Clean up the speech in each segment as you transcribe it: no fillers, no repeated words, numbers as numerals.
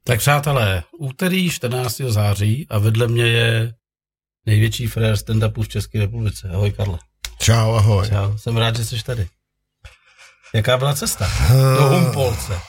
Tak přátelé, úterý 14. září a vedle mě je největší frér stand-upu v České republice. Ahoj, Karle. Čau, ahoj. Čau, jsem rád, že jsi tady. Jaká byla cesta do Humpolce?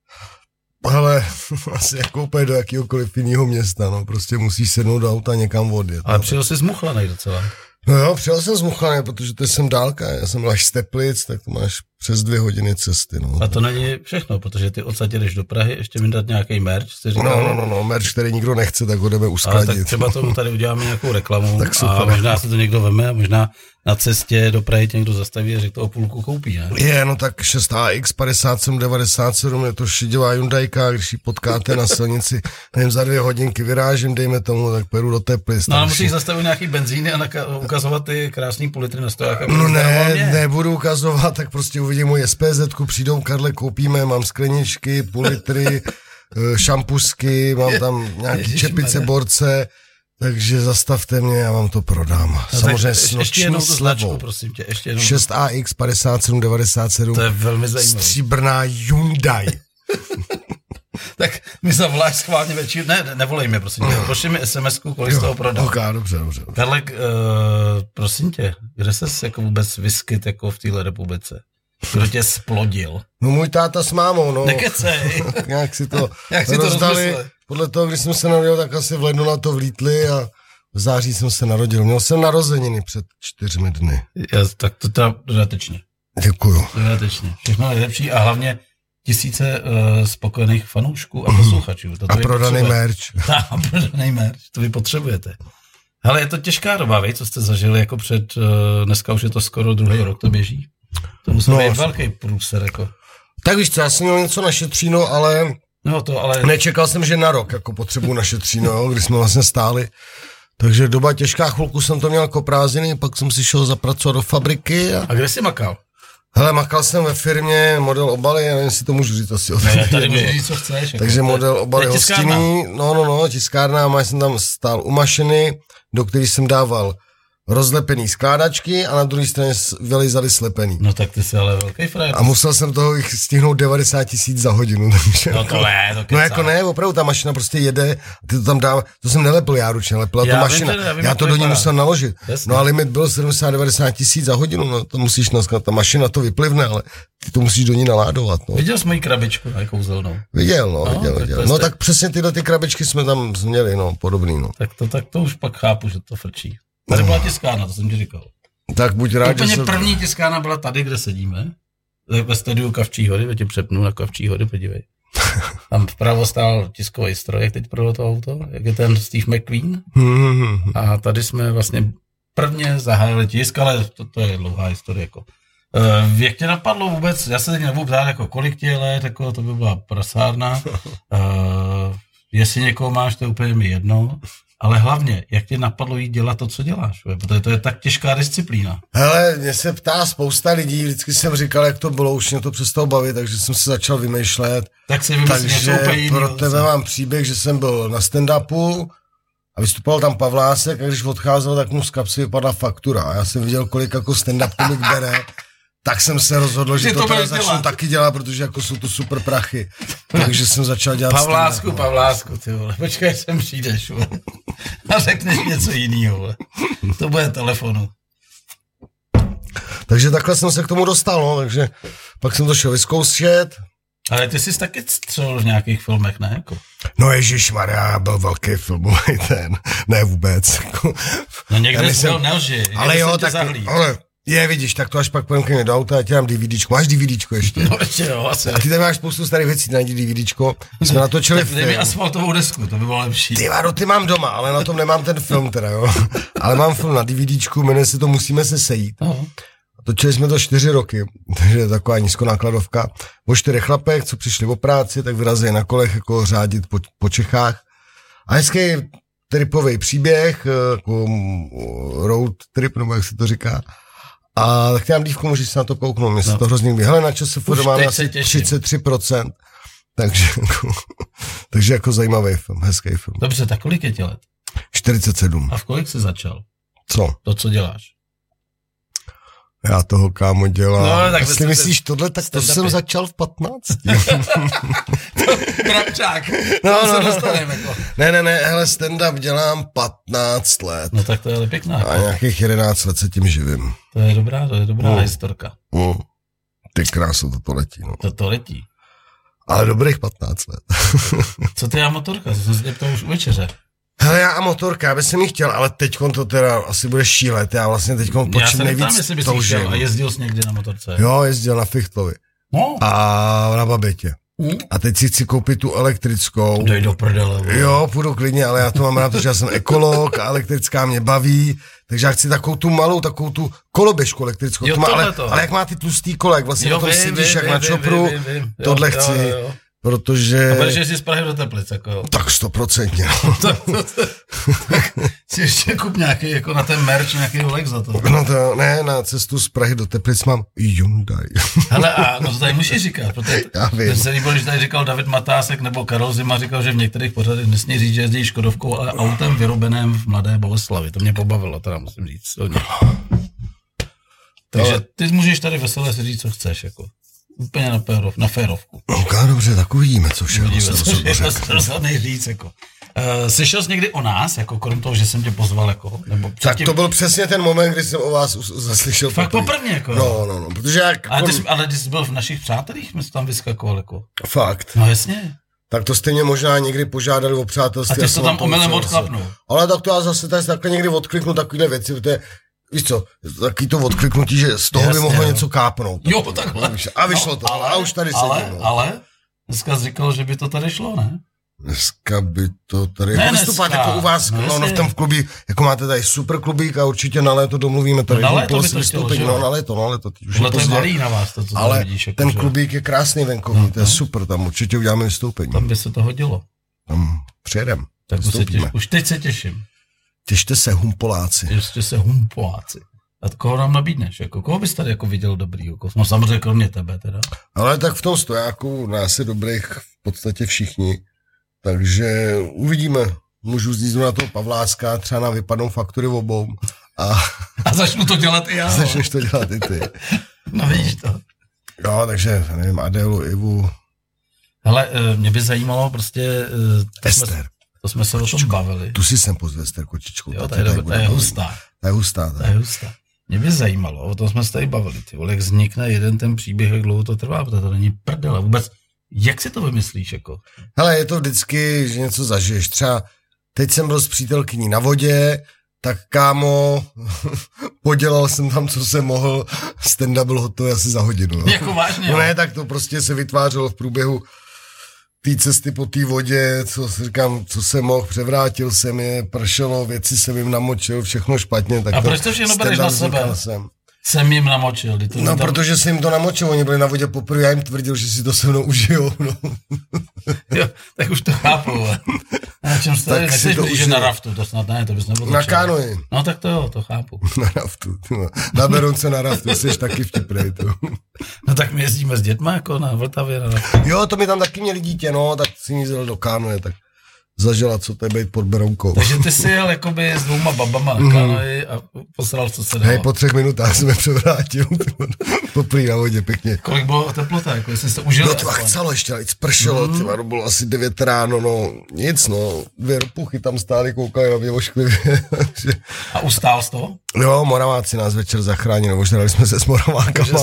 Ale asi jako úplně do jakýhokoliv jiného města, no. Prostě musíš sednout do auta někam odjet. Ale přijel jsi z Muchlanej docela. No jo, přijel jsem z Muchlanej, protože to jsem dálka. Já jsem byl až z Teplic, tak to máš přes 2 hodiny cesty, no. A to není všechno, protože ty odsaď jdeš do Prahy, ještě mi dát nějaký merch, jsi říkal? No, merch, který nikdo nechce, tak ho jdeme uskladit. Ale tak třeba tomu tady uděláme nějakou reklamu tak super. A možná se to někdo veme a možná na cestě do Prahy tě někdo zastaví a řekl to o půlku koupí, ne? Je, no tak 6AX 5797 je to šedivá Hyundajka, když ji potkáte na silnici, nevím, za 2 hodinky vyrážím, dejme tomu, tak pojedu do Teplic. No ale musíš zastavit nějaký benzíny a ukazovat ty krásný půl litry na stojáka. No nebudu ukazovat, tak prostě uvidím moje SPZ-ku, přijdou, Karle, koupíme, mám skleničky, půl litry, šampusky, mám tam nějaký čepice, borce, takže zastavte mě, já vám to prodám. No, samozřejmě s noční slevou. Prosím tě, ještě jednou. 6AX 5797. To je velmi zajímavé. Stříbrná Hyundai. Tak mi zavoláš schválně večer. Ne, nevolej mě, prosím tě. Pošli mi SMS-ku, kolik z toho prodal. Ok, dobře. Karle, prosím tě, kde ses jako vůbec vyskyt jako v téhle republice? Kdo tě splodil? No můj táta s mámou, no. Nekecej. Nějak si to rozdali. Podle toho, když jsem se narodil, tak asi v lednu na to vlítli a v září jsem se narodil. Měl jsem narozeniny před 4 dny. Tak to teda dodatečně. Děkuju. Dodatečně. Všechno nejlepší a hlavně tisíce spokojených fanoušků a posluchačů. A prodaný merch. A prodaný merch, to vy potřebujete. Hele, je to těžká doba, vej, co jste zažili jako před, dneska už je to skoro 2. rok, to běží. To musel být velký průser, jako. Tak víš co, já jsem měl něco našetříno, ale nečekal jsem, že na rok jako potřebuji našetříno, když jsme vlastně stáli. Takže doba těžká, chvilku jsem to měl jako prázdniny, pak jsem si šel zapracovat do fabriky. A kde jsi makal? Hele, makal jsem ve firmě Model Obaly, já nevím, jestli to můžu říct asi. Ne, tady můžeš říct, co chceš. Jako. Takže Model Obaly hostinný, no, tiskárna, já jsem tam stál u mašiny, do které jsem dával rozlepený skládačky a na druhé straně vylizali slepený. No tak ty jsi ale velký frajer. A musel jsem toho jich stihnout 90 000 za hodinu. Takže no to ne, to no jako ne, opravdu ta mašina prostě jede, ty to tam dává, to jsem nelepil já ručně, lepila to mašina. Já to do ní musel naložit. Jasně. No a limit byl 70-90 000 za hodinu, no to musíš naskat, ta mašina to vyplivne, ale ty to musíš do ní naládovat. No. Viděl jsi moji krabičku, ne, kouzelnou? Viděl. No tak přesně tyhle ty krabičky jsme tam měli, no, podobný, no. Tak to už pak chápu, že to frčí. Tady byla tiskárna, to jsem ti říkal. Tak buď rád, úplně první tiskárna byla tady, kde sedíme. Ve studiu Kavčí hory, já tě přepnu na Kavčí hory, podívej. Tam vpravo stál tiskový stroj, jak teď pro to auto, jak je ten Steve McQueen. A tady jsme vlastně prvně zahájili tisk, ale to je dlouhá historie. Jako. Jak tě napadlo vůbec, já se teď nebudu ptát, jako kolik tě je let, jako to by byla prasárna. Jestli někoho máš, to je úplně mi jedno. Ale hlavně, jak tě napadlo jít dělat to, co děláš? Protože to je tak těžká disciplína. Hele, mě se ptá spousta lidí, vždycky jsem říkal, jak to bylo, už mě to přestalo bavit, takže jsem se začal vymýšlet. Tak si vymyslím něco úplně jiného. Pro tebe mám příběh, že jsem byl na stand-upu a vystupoval tam Pavlásek a když odcházel, tak mu z kapsy vypadla faktura. A já jsem viděl, kolik jako stand-up komik bere. Tak jsem se rozhodl, že to teda začnu taky dělat, protože jako jsou to super prachy. Takže jsem začal dělat Pavlásku, ty vole. Počkej, sem přijdeš, vole. A řekneš něco jinýho, vole. To bude telefonu. Takže takhle jsem se k tomu dostal, no. Takže pak jsem to šel vyzkoušet. Ale ty jsi taky střelil v nějakých filmech, ne? Jako? No ježišmarja, byl velký filmový ten. Ne vůbec. No někde jsi byl nelži. Ale jo, tak vidíš, tak to až pak půjdem ke mně do auta, já ti dám DVDčko. Máš DVDčko ještě? No ještě jo, asi. A ty tam máš spoustu starých věcí, najdi DVDčko. My jsme natočili film. Dej mi asfaltovou desku, to by bylo lepší. Ty mám doma, ale na tom nemám ten film teda, jo. Ale mám film na DVDčku, jmenuje se to Musíme se sejít. Točili jsme to 4 roky, takže je taková nízkonákladovka. O 4 chlapech, co přišli o práci, tak vyrazili na kolech jako řádit po Čechách. A hezký tripový příběh, jako road trip, nebo jak se to říká. A tak já dívku, můžeš se na to kouknout, mě se to hrozně líbí. Hele, na ČSFD máme asi 33%, takže jako zajímavý film, hezký film. Dobře, tak kolik je tě let? 47. A v kolik jsi začal? Co? To, co děláš? Já toho, kámo, dělám. No, tak jestli myslíš tohle, tak to jsem začal v 15. Brabčák. No. Ne, hele, stand-up dělám 15 let. No tak to je ale pěkná. A nějakých 11 let se tím živím. To je dobrá historka. Ty krásu, to letí, no. To letí. Ale dobrých 15 let. Co ty a motorka? To jsem se ptal už u večeře. Hele, já a motorka, já bych jsem jí chtěl, ale teďkon to teda asi bude šílet. Já vlastně teďkon počím nejvíc toužím. A jezdil jsi někdy na motorce? Jo, jezdil na Fichtlovi. No. A na Babetě. A teď si chci koupit tu elektrickou. Dej do prdele. Jo, půjdu klidně, ale já to mám rád, protože já jsem ekolog a elektrická mě baví. Takže já chci takovou tu malou, takovou tu koloběžku elektrickou. Jo, ale jak má ty tlustý kola, jak vlastně na tom sedíš jak na čopru, tohle chci. Jo. Protože... A budeš jezdit z Prahy do Teplic, jako jo? Tak 100%, no. tak si ještě kup nějaký, jako na ten merch, nějaký Rolex za to. No to ne, na cestu z Prahy do Teplic mám Hyundai. Hele, a no to tady musíš říkat, protože já vím. se líbilo, když tady říkal David Matásek nebo Karel Zima, říkal, že v některých pořadech nesmí říct, že jezdí Škodovkou, ale autem vyrobeném v Mladé Boleslavi. To mě pobavilo, teda musím říct. Takže ty můžeš tady veselé si říct, co chceš, jako. Úplně na férovku. No, dobře, tak uvidíme, co všechno se rozhodnej říct, jako. Slyšel jsi někdy o nás, jako krom toho, že jsem tě pozval, jako? Nebo tak to byl přesně ten moment, kdy jsem o vás zaslyšel. Fakt poprvně, jako. No, protože jak... Ale ty jsi byl v našich přátelích, jsme tam vyskakoval, jako. Fakt. No jasně. Tak to jste mě možná někdy požádali o přátelství. A ty jsi to tam omylem odklapnul. Ale tak to já zase tady takhle někdy odkliknu takovýhle věci, protože víš co, taky to odkliknutí, že z toho by mohlo něco kápnout. Jo, takhle. A vyšlo to, a už tady sedím. Ale dneska jsi říkal, že by to tady šlo, ne? Dneska by to tady... Vystupovat jako u vás, no v tom klubí, jako máte tady super klubík a určitě na léto domluvíme tady. No na léto by to chtělo, že jo? Na léto. Tohle to je malý na vás, to co ale vidíš. Jako, ten klubík je krásný venkovní, to je super, tam určitě uděláme vystoupení. Tam by se to hodilo. Tam přijedem. Tak už teď se těším. Těšte se, humpoláci. A koho nám nabídneš? Jako, koho bys tady jako viděl dobrý? Jako, no samozřejmě kromě tebe teda. Ale tak v tom stojáku nás je dobrých v podstatě všichni. Takže uvidíme. Můžu zníznout na toho Pavláska, třeba na vypadnou faktury obou. A začnu to dělat i já. Začneš to dělat i ty. No vidíš to. Jo, takže nevím, Adélu, Ivu. Hele, mě by zajímalo prostě... Ester. To jsme se o tom bavili. Tu si sem pozve, Ester kočičkou. Jo, to je hustá. To je hustá. Mě by zajímalo, o tom jsme se tady bavili, ty vole, jak vznikne jeden ten příběh, jak dlouho to trvá, protože to není prdele. Vůbec, jak si to vymyslíš, jako? Hele, je to vždycky, že něco zažiješ. Třeba teď jsem byl s přítelkyní na vodě, tak kámo, podělal jsem tam, co jsem mohl, stand-up byl hotový asi za hodinu. No. Jako vážně? No ne, tak to prostě se vytvářelo v průběhu té cesty po té vodě, co jsem mohl, převrátil jsem je, pršelo, věci jsem jim namočil, všechno špatně. Tak a proč to všechno bereš na sebe? Jsem jim namočil. No, protože jsem jim to namočil, oni byli na vodě poprvé, já jim tvrdil, že si to se mnou užijou. No. Jo, tak už to chápu. Na čem jste tady? Nechceš blíže na raftu, to snad ne, to bys nebyl. Na kánoji. No tak to jo, to chápu. Na raftu, na Berounce na raftu, jsi taky vtipnej. No tak my jezdíme s dětma jako na Vltavě na raftu. Jo, to mi tam taky měli dítě, no, tak si jízdil do kánoje, tak zažila, co to je být pod Berounkou. Takže ty si jel jakoby s 2 babama na kánoji a posral, co se dalo. Hej, po 3 minutách jsem je převrátil, poprý na vodě, pěkně. Kolik bylo teplota, jako jestli jste užili? No to chcelo ještě, ale spršelo, to bylo asi 9 ráno, no nic, no, 2 ropuchy tam stály, koukali na mě ošklivě. A ustál z toho? Jo, Moraváci nás večer zachránili, ožrali jsme se s Moravákama.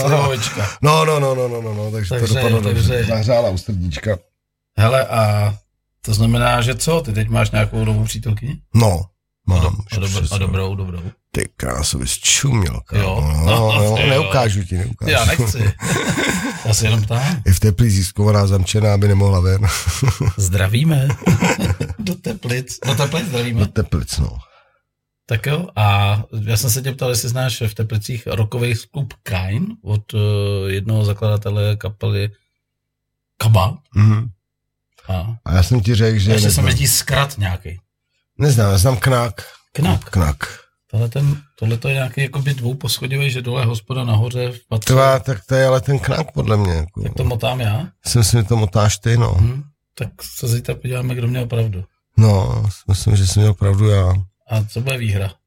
No, takže to dopadlo dobře, zahřála u srdíčka. Hele, a to znamená, že co? Ty teď máš nějakou novou přítelkyni? No, mám. A dobrou. Ty krásu, bys čuměl, kámo. Jo. Neukážu ti. Já nechci. Já se jenom ptám. Je v Teplic získovaná zamčená, aby nemohla ven. Zdravíme. Do Teplic zdravíme. Do Teplic, no. Tak jo, a já jsem se tě ptal, jestli znáš v Teplicích rockový klub Kain od jednoho zakladatele kapely Kaba. Mhm. A já jsem ti řekl, že... Ještě jsem jezdí zkrat nějaký. Neznám, já znám Knak. Knak. Tohle to je nějaký jakoby dvouposchodivý, že dole hospoda nahoře v patře. Tak to je ale ten Knak podle mě. Jako. Tak to motám já? Myslím si, že to motáš ty, no. Tak se zítra podíváme, kdo měl pravdu. No, myslím, že jsem měl pravdu já. A co bude výhra?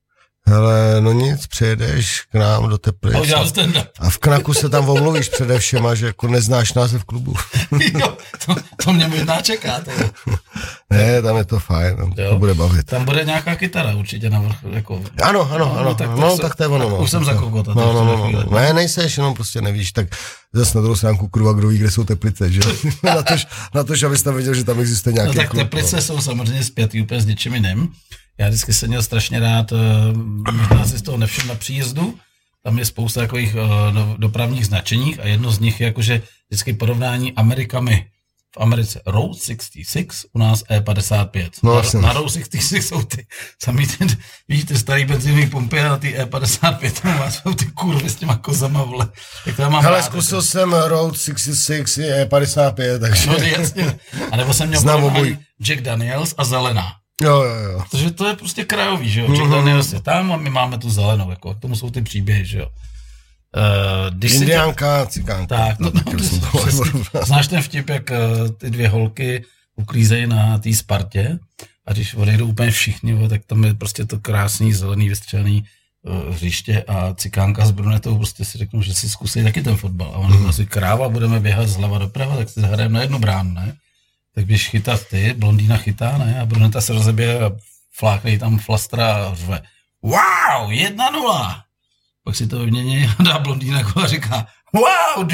Hele, no nic, přijedeš k nám do Teplic. A v Knaku se tam omluvíš přede všema, že jako neznáš název klubu. Jo, to mě možná čeká. Ne, tam je to fajn, to bude bavit. Tam bude nějaká kytara určitě navrch. Jako... Ano, tak to je ono. Už jsem za kokota. No. Ne, nejseš, jenom prostě nevíš, tak zase na druhou stránku kurva, kdo ví, kde jsou Teplice, že? na to, abys tam věděl, že tam existuje nějaký klub. No tak klub, Teplice jsou samozřejmě zpětý úplně s něčím jiným. Já vždycky jsem měl strašně rád, možná si z toho nevšiml na příjezdu, tam je spousta takových dopravních značeních a jedno z nich je jakože vždycky porovnání Amerikami. V Americe Route 66, u nás E55. No, na Route 66 jsou ty samý ty starý benzinové pumpy a na ty E55 tam jsou ty kurvy s těma kozama, vole. Hele, zkusil jsem Route 66 E55, takže... No, jasně. A nebo jsem měl porovnání Jack Daniels a zelená. Jo. Protože to je prostě krajový, že jo. Jack Daniels je tam a my máme tu zelenou, jako. K tomu jsou ty příběhy, že jo. Indiánka, cikánka. Tak, znáš ten vtip, jak ty dvě holky uklízejí na té Spartě a když odejdou úplně všichni, tak tam je prostě to krásný, zelený, vystřelený hřiště a cikánka s brunetou prostě si řeknou, že si zkusí taky ten fotbal. A on asi kráva, budeme běhat zleva doprava, tak si zahrajeme na jednu bránu, ne? Tak běž chytat ty, blondýna chytá, ne? A bruneta se rozebije a flákne tam flastra a řve. Wow, 1-0! Pak si to vymění a dá blondýna a říká, wow,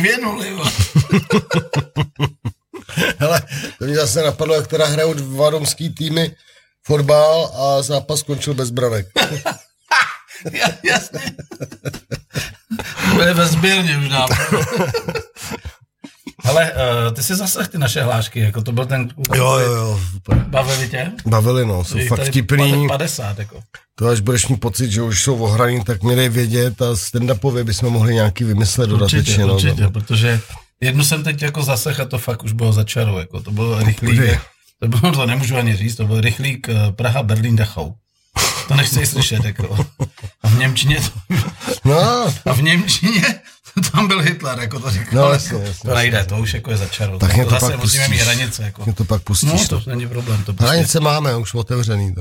2-0. Hele, to mě zase napadlo, jak teda hrajou dva romský týmy fotbal a zápas skončil bez branek. Jasně. Bude ve sběrně už dávno. Hele, ty jsi zaslech ty naše hlášky, jako to byl ten... Jo. Bavili tě? Bavili, no, jsou fakt vtipný. 50, jako. To až budeš mít pocit, že už jsou ohraní, tak mě dej vědět a stand-upově bychom mohli nějaký vymyslet dodatečně. Určitě, protože jednu jsem teď jako zaslech a to fakt už bylo za čarou, jako to bylo rychlík. To nemůžu ani říct, to byl rychlík Praha, Berlín, Dachau. To nechci slyšet, jako. A v němčině tam byl Hitler, jako to říkal. No, jasně. To nejde, to už jako je za čarou. Tak to zase musíme mít hranice, jako. Mě to pak pustíš. No, to není problém. To hranice máme, už otevřený.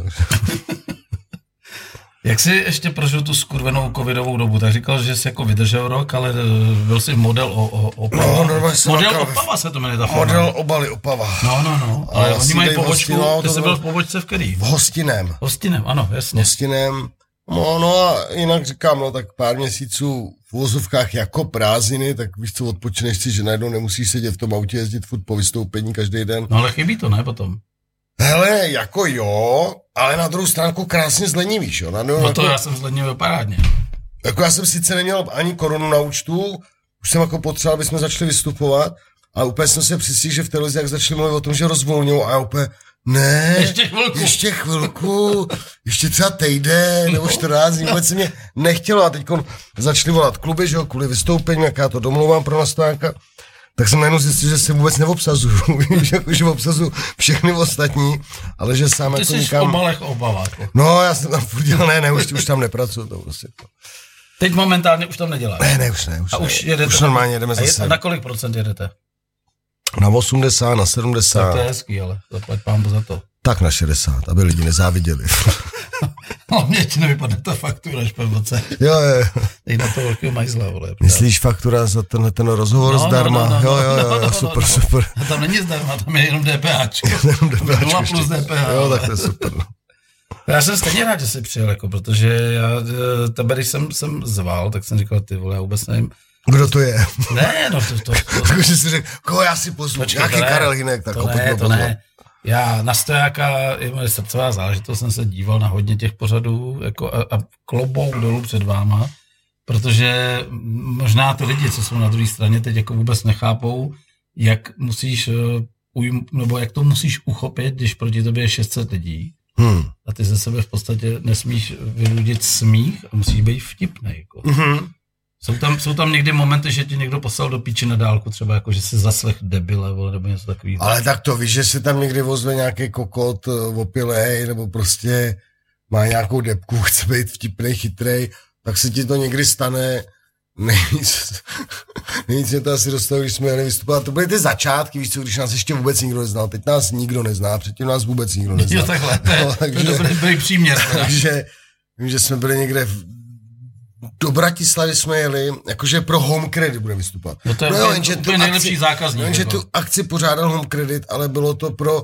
Jak jsi ještě prožil tu skurvenou covidovou dobu? Tak říkal, že jsi jako vydržel rok, ale byl jsi model Opava. Model Opava se to jmenuje ta firma. Model obaly Opava. No. Ale oni mají pobočku, ty jsi byl v pobočce v který? V Hostinem, ano, jasně. Hostinem. No a jinak říkám, tak pár měsíců v uvozovkách jako prázdniny, tak víš co, odpočineš si, že najednou nemusíš sedět v tom autě, jezdit furt po vystoupení každý den. No ale chybí to, ne, potom? Hele, jako jo, ale na druhou stránku krásně zlenivíš, jo. No to já jsem zlenivil parádně. Jako já jsem sice neměl ani korunu na účtu, už jsem jako potřeboval, aby jsme začali vystupovat, ale úplně jsem se přisíhl, že v televizi, jak začali mluvit o tom, že rozvolňují a já úplně, ne, ještě chvilku, ještě třeba týden nebo 14 dní, vůbec se mě nechtělo a teď začali volat kluby, že jo, kvůli vystoupení, jak já to domlouvám pro nastojáka. Tak jsem najednou zjistil, že se vůbec neobsazuju, že obsazuju všechny ostatní, ale že sám ty jako jsi nikam... v obalech Opava. No, já jsem tam furt dělal, ne, už tam nepracuju, to prostě. Teď momentálně už tam neděláš? Ne, už a už jedete? Už normálně jedeme zase. A na kolik procent jedete? Na 80, na 70. Tak to je hezký, ale zaplať pán za to. Tak na 60, aby lidi nezáviděli. No, mě ti nevypadne ta faktura špevoce. Jo. Teď na to velkého majzla, vole. Myslíš faktura za ten rozhovor zdarma? Jo, super. A tam není zdarma, tam je jenom DPH. 0 plus DPH. Jo, tak to je super. Já jsem stejně rád, že jsi přijel, jako, protože tebe, když jsem zval, tak jsem říkal, ty vole, já vůbec nevím. Kdo to je? Ne, no to. Takže jsi řekl, koho já si pozvu, nějaký Karel Hynek, tak to ne. Já na stojáka, je moje srdcová záležitost, jsem se díval na hodně těch pořadů jako a klobouk dolů před váma, protože možná ty lidi, co jsou na druhé straně, teď jako vůbec nechápou, jak musíš, nebo jak to musíš uchopit, když proti tobě je 600 lidí a ty ze sebe v podstatě nesmíš vyludit smích a musíš být vtipnej. Jako. Jsou tam někdy momenty, že ti někdo poslal do píči na dálku, třeba jako, že si zaslech debile, vole, nebo něco takového. Ale tak to víš, že si tam někdy vozve nějaký kokot opilej, nebo prostě má nějakou debku, chce být vtipnej, chytrej, tak se ti to někdy stane. Nejvíc mě to asi dostalo, když jsme jeli vystupovat. To byly ty začátky, víš co, když nás ještě vůbec nikdo neznal. Teď nás nikdo nezná, předtím nás vůbec nikdo nezná. Jo, takhle, to je dobrý příměr. Takže vím, že jsme byli někde do Bratislavy jsme jeli, jakože pro Home Credit bude vystupovat. No to je úplně nejlepší zákazník. Jenže tu akci pořádal Home Credit, ale bylo to pro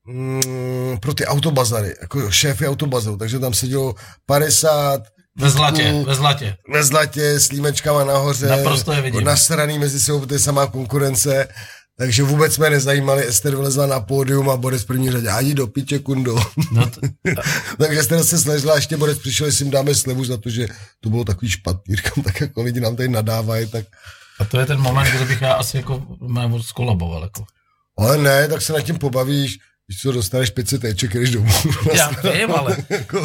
ty autobazary, jako šéfy autobazaru, takže tam sedělo 50 Ve zlatě, s límečkama nahoře, naprosto je vidím. Nasraný mezi sebou, to je samá konkurence, takže vůbec jsme nezajímali, Ester vylezla na pódium a Boris v první řadě, ani do piče, kundo. No takže Ester se snažila, ještě Boris přišel, jestli jim dáme slevu za to, že to bylo takový špatný, tak jako lidi nám tady nadávají, tak... A to je ten moment, kde bych já asi jako skolaboval, jako. Ale ne, tak se nad tím pobavíš, když co dostaneš 500 éček, když domů. Já vím, ale...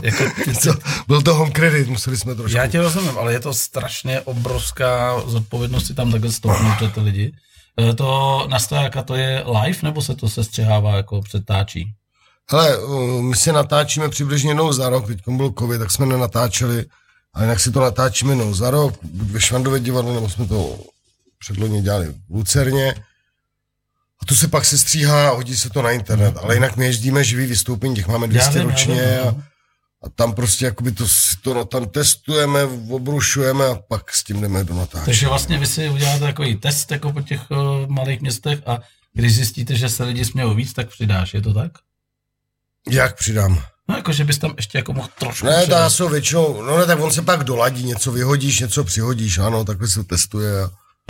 Byl to Home Credit, museli jsme trošku... Já tě rozumím, ale je to strašně obrovská zodpovědnost si tam takhle stoupnout před ty lidi. To na stojáka to je live, nebo se to sestřihává jako předtáčí? Hele, my se natáčíme přibližně jednou za rok, teď byl covid, tak jsme nenatáčeli, ale jinak si to natáčíme jednou za rok, buď ve Švandově divadle, nebo jsme to předloni dělali v Lucerně. A to se pak sestříhá a hodí se to na internet, ale jinak my jezdíme živý vystoupení, těch máme 200 ročně a tam prostě jakoby to tam testujeme, obrušujeme a pak s tím jdeme do natáčení. Takže vlastně vy si uděláte takový test jako po těch malých městech a když zjistíte, že se lidi smějou víc, tak přidáš, je to tak? Jak přidám? No jako, že bys tam ještě jako mohl trošku Ne, to jsou většinou, no ne, tak on se pak doladí, něco vyhodíš, něco přihodíš, ano, takhle se testuje.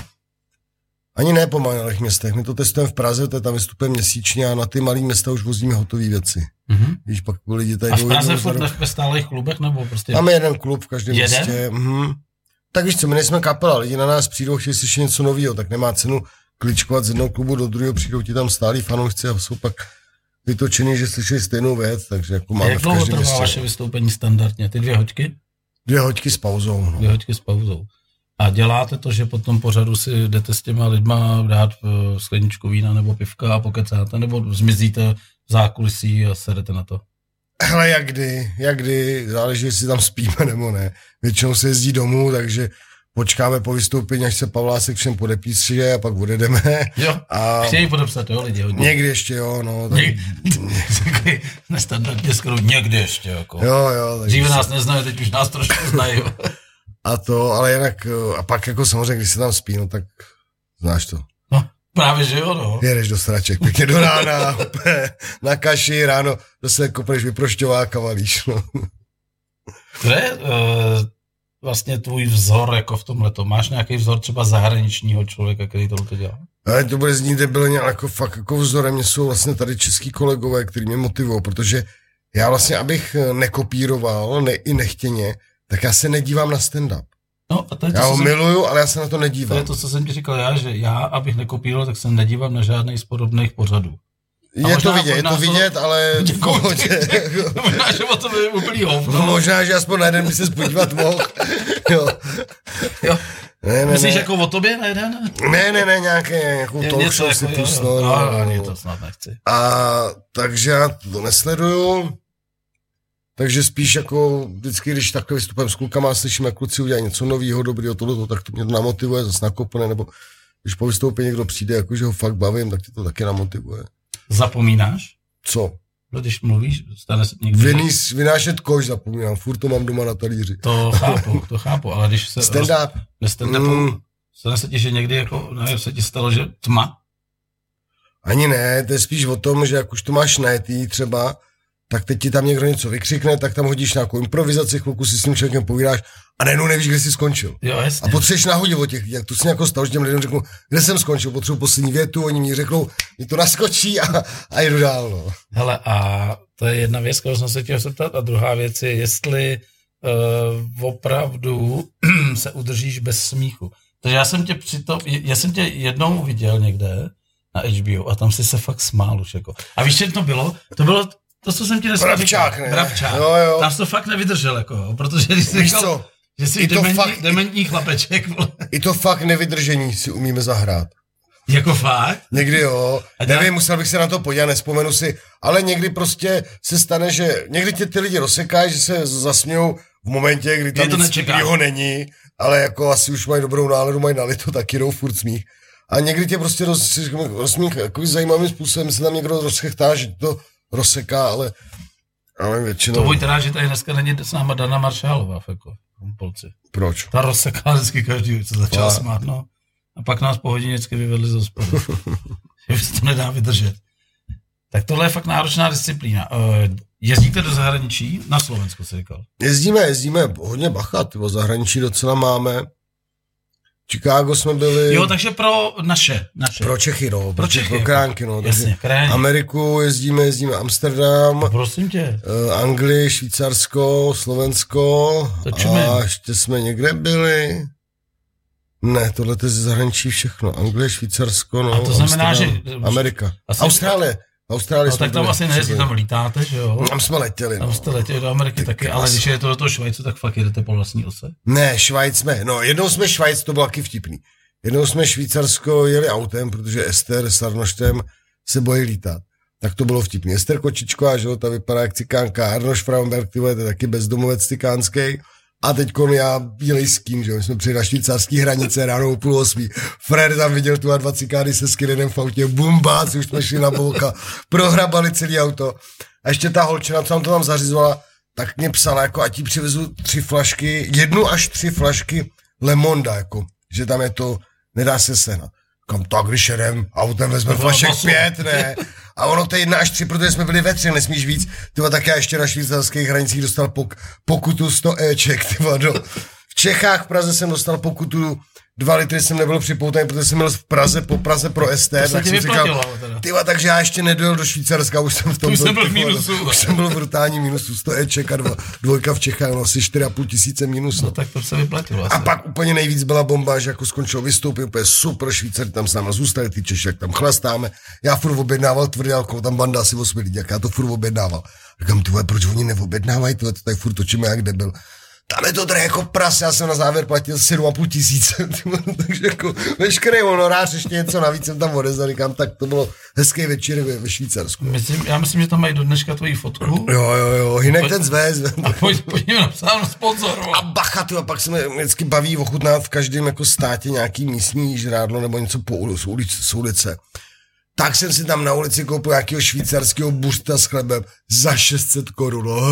Ani ne po malých městech, my to testujeme v Praze, to je tam vystupujeme měsíčně a na ty malý města už vozíme hotové věci. Mm-hmm. Když pak lidi tady... A v Praze furt ve stálých klubech, nebo prostě... Máme jeden klub v každém městě. Tak víš co, my nejsme kapela, lidi na nás přijdou, chtějí slyšet něco nového, tak nemá cenu kličkovat z jednoho klubu do druhého, přijdou ti tam stálí fanoušci a jsou pak vytočený, že slyšeli stejnou věc, takže jako máme v každém městě. Jak dlouho trvá vaše vystoupení standardně? Ty 2 hoďky? 2 hoďky s pauzou. No. 2 hoďky s pauzou. A děláte to, že po tom pořadu si jdete s těma lidma dát skleničku vína nebo pivka a pokecáte, nebo zmizíte v zákulisí a sedete na to? Hele, jak kdy, záleží, jestli tam spíme nebo ne. Většinou se jezdí domů, takže počkáme po vystoupení, až se Pavlásek všem podepíše a pak odjedeme. Jo, chtějí podepsat, jo, lidi hodně. Někdy ještě, jo, no. Tak... Nestandardně skoro někdy ještě, jako. Jo. Dříve nás neznají, teď už nás trošku znají, jo. A to, ale jinak, a pak jako samozřejmě, když se tam spí, no tak znáš to. No, právě, že jo, no. Jedeš do sraček, pěkně do rána, na kaši, ráno, zase kopneš vyprošťovák a valíš, no. To je vlastně tvůj vzor, jako v tomhletom. Máš nějaký vzor třeba zahraničního člověka, který tohle dělá? Ale to bude znít debilně, ale jako fakt jako vzorem mě jsou vlastně tady český kolegové, kteří mě motivují, protože já vlastně, abych nekopíroval, i nechtěně, tak já se nedívám na stand-up. No, a to je to, já ho miluju, ale já se na to nedívám. To je to, co jsem ti říkal já, že já, abych nekopíroval, tak se nedívám na žádný z podobných pořadů. Je to vidět, ale... Možná, že o tom je úplný hovno. No, možná, že aspoň na jeden by se podívat mohl. Jo. Myslíš jako o tobě na jeden? Ne, nějakou talk show si pusnu. No, to snad nechci. A takže já to nesleduju. Takže spíš jako vždycky, když takhle vystupujeme s klukama a slyším, jak kluci udělají něco nového, dobrýho, tohleto, tak to mě to namotivuje, zase nakopne, nebo když po vystoupení někdo přijde, jakože ho fakt bavím, tak tě to taky namotivuje. Zapomínáš? Co? Když mluvíš, stane se někdy... Vynášet koš zapomínám, furt to mám doma na talíři. To chápu, ale když se... Stand-up. Stane se ti, že někdy jako, ne, se ti stalo, že tma? Ani ne, to je spíš o tom, že jak už to máš najetý třeba, tak teď ti tam někdo něco vykřikne, tak tam hodíš nějakou improvizaci, chvilku si s tím člověkem povídáš a najednou nevíš, kde jsi skončil. Jo, jasně. A potřebuješ nahodit o těch, jak tu si nějakou stav, že těm lidem řeknu, kde jsem skončil, potřebuji poslední větu, oni mi řeknou, mi to naskočí a jdu dál. No. Hele, a to je jedna věc, kterou jsem se chtěl zeptat, a druhá věc je, jestli opravdu se udržíš bez smíchu. Takže já jsem tě jednou viděl někde na HBO a tam si se fakt smál už jako. A víš, jak to bylo? To bylo to, co jsem ti dneska Bravčák, říkal. Ne? Bravčák. Jo. Tam jsi to fakt nevydržel, jako, protože když jsi říkal, že jsi dementní chlapeček. I to fakt nevydržení si umíme zahrát. Jako fakt? Někdy jo. Nevím, musel bych se na to podívat, nespomenu si, ale někdy prostě se stane, že někdy tě ty lidi rozsekají, že se zasmějou v momentě, kdy tam nic takového není, ale jako asi už mají dobrou náladu, mají nalito, tak jdou furt smích. A někdy tě prostě rozsmích, jako zajímavým způsobem se tam někdo rozchechtá, že to rozseká, Ale většinou... To buď rád, že tady dneska není s náma Dana Maršálová, jako Polci. Proč? Ta rozsekala vždycky každý, co začala smát, no. A pak nás po hodině vždycky vyvedli z hospody. Že se to nedá vydržet. Tak tohle je fakt náročná disciplína. Jezdíte do zahraničí? Na Slovensku se říkal. Jezdíme hodně bacha, tyvo, zahraničí docela máme. Chicago jsme byli. Jo, takže pro naše. Pro Čechy, no. Pro Čechy. Pro kránky, no. Jasně, krajiny. Ameriku jezdíme Amsterdam. Prosím tě. Anglii, Švýcarsko, Slovensko. A ještě jsme někde byli. Ne, tohle je ze zahraničí všechno. Anglie, Švýcarsko, no. A to znamená, že... Amerika. Austrálie. No, tak tam asi nejezdí, tam lítáte, že jo? Tam jsme letěli, no. Tam jste letěli do Ameriky taky, ale když je to do toho Švajcu, tak fakt jedete po vlastní ose? Ne, jednou jsme Švajc, to bylo taky vtipný. Jednou jsme Švýcarsko jeli autem, protože Ester s Arnoštem se bojí lítat. Tak to bylo vtipný. Ester Kočičková, že jo, ta vypadá jak cikánka. Arnoš Frauenberg, ty vole, to je taky bezdomovec cikánskej. A teďkon já bílej ským, že jo, my jsme přijeli na švýcarský hranice ráno o 7:30. Fred tam viděl tu a 2 cikány se skydem v autě, bumbác, už jsme šli na bolka, prohrabali celý auto. A ještě ta holčina, co nám to tam zařizovala, tak mě psala, jako ať jí přivezu 1 až 3 flašky Lemonda, jako, že tam je to, nedá se sehnat. Kam tak, když jedem, autem vezme flašek 5, ne? A ono to je 1 až 3, protože jsme byli ve 3, nesmíš víc. Tyva, tak já ještě na švýcarských hranicích dostal pokutu 100 éček, tyva, v Čechách v Praze jsem dostal pokutu 2 litry, jsem nebyl připoutaný, protože jsem byl v Praze po Praze pro ST, tak jsem říkal, tyva, takže já ještě nedojel do Švýcarska, už jsem v tom byl v mínusu. Už jsem byl v brutální mínusu, 100 éček a dvojka v Čechách, no asi 4,5 tisíce minus. No tak to se vyplatilo. A pak úplně nejvíc byla bomba, že jako skončilo vystoupit, úplně super, Švýcari tam s náma zůstali, ty Češi, jak tam chlastáme. Já furt objednával tvrdý alkohol, tam banda asi 8 lidí, jak já to furt objednával. Říkám, tyhle, proč oni neobjednávají, tyhle, to tady furt točíme jak debil. Tam je to tady jako pras, já jsem na závěr platil 7,5 tisíce, takže jako veškerý honorář, ještě něco navíc jsem tam odezal, říkám, tak to bylo hezký večer ve Švýcarsku. Já myslím, že tam mají do dneška tvoji fotku. Jo, Hinek ten zvez. A pojďme napsat sponzor. A bacha, a pak se mě vždycky baví ochutnat v každém jako státě nějaký místní žrádlo nebo něco z ulice. Tak jsem si tam na ulici koupil nějakého švýcarského bursta s chlebem za 600 korun. No,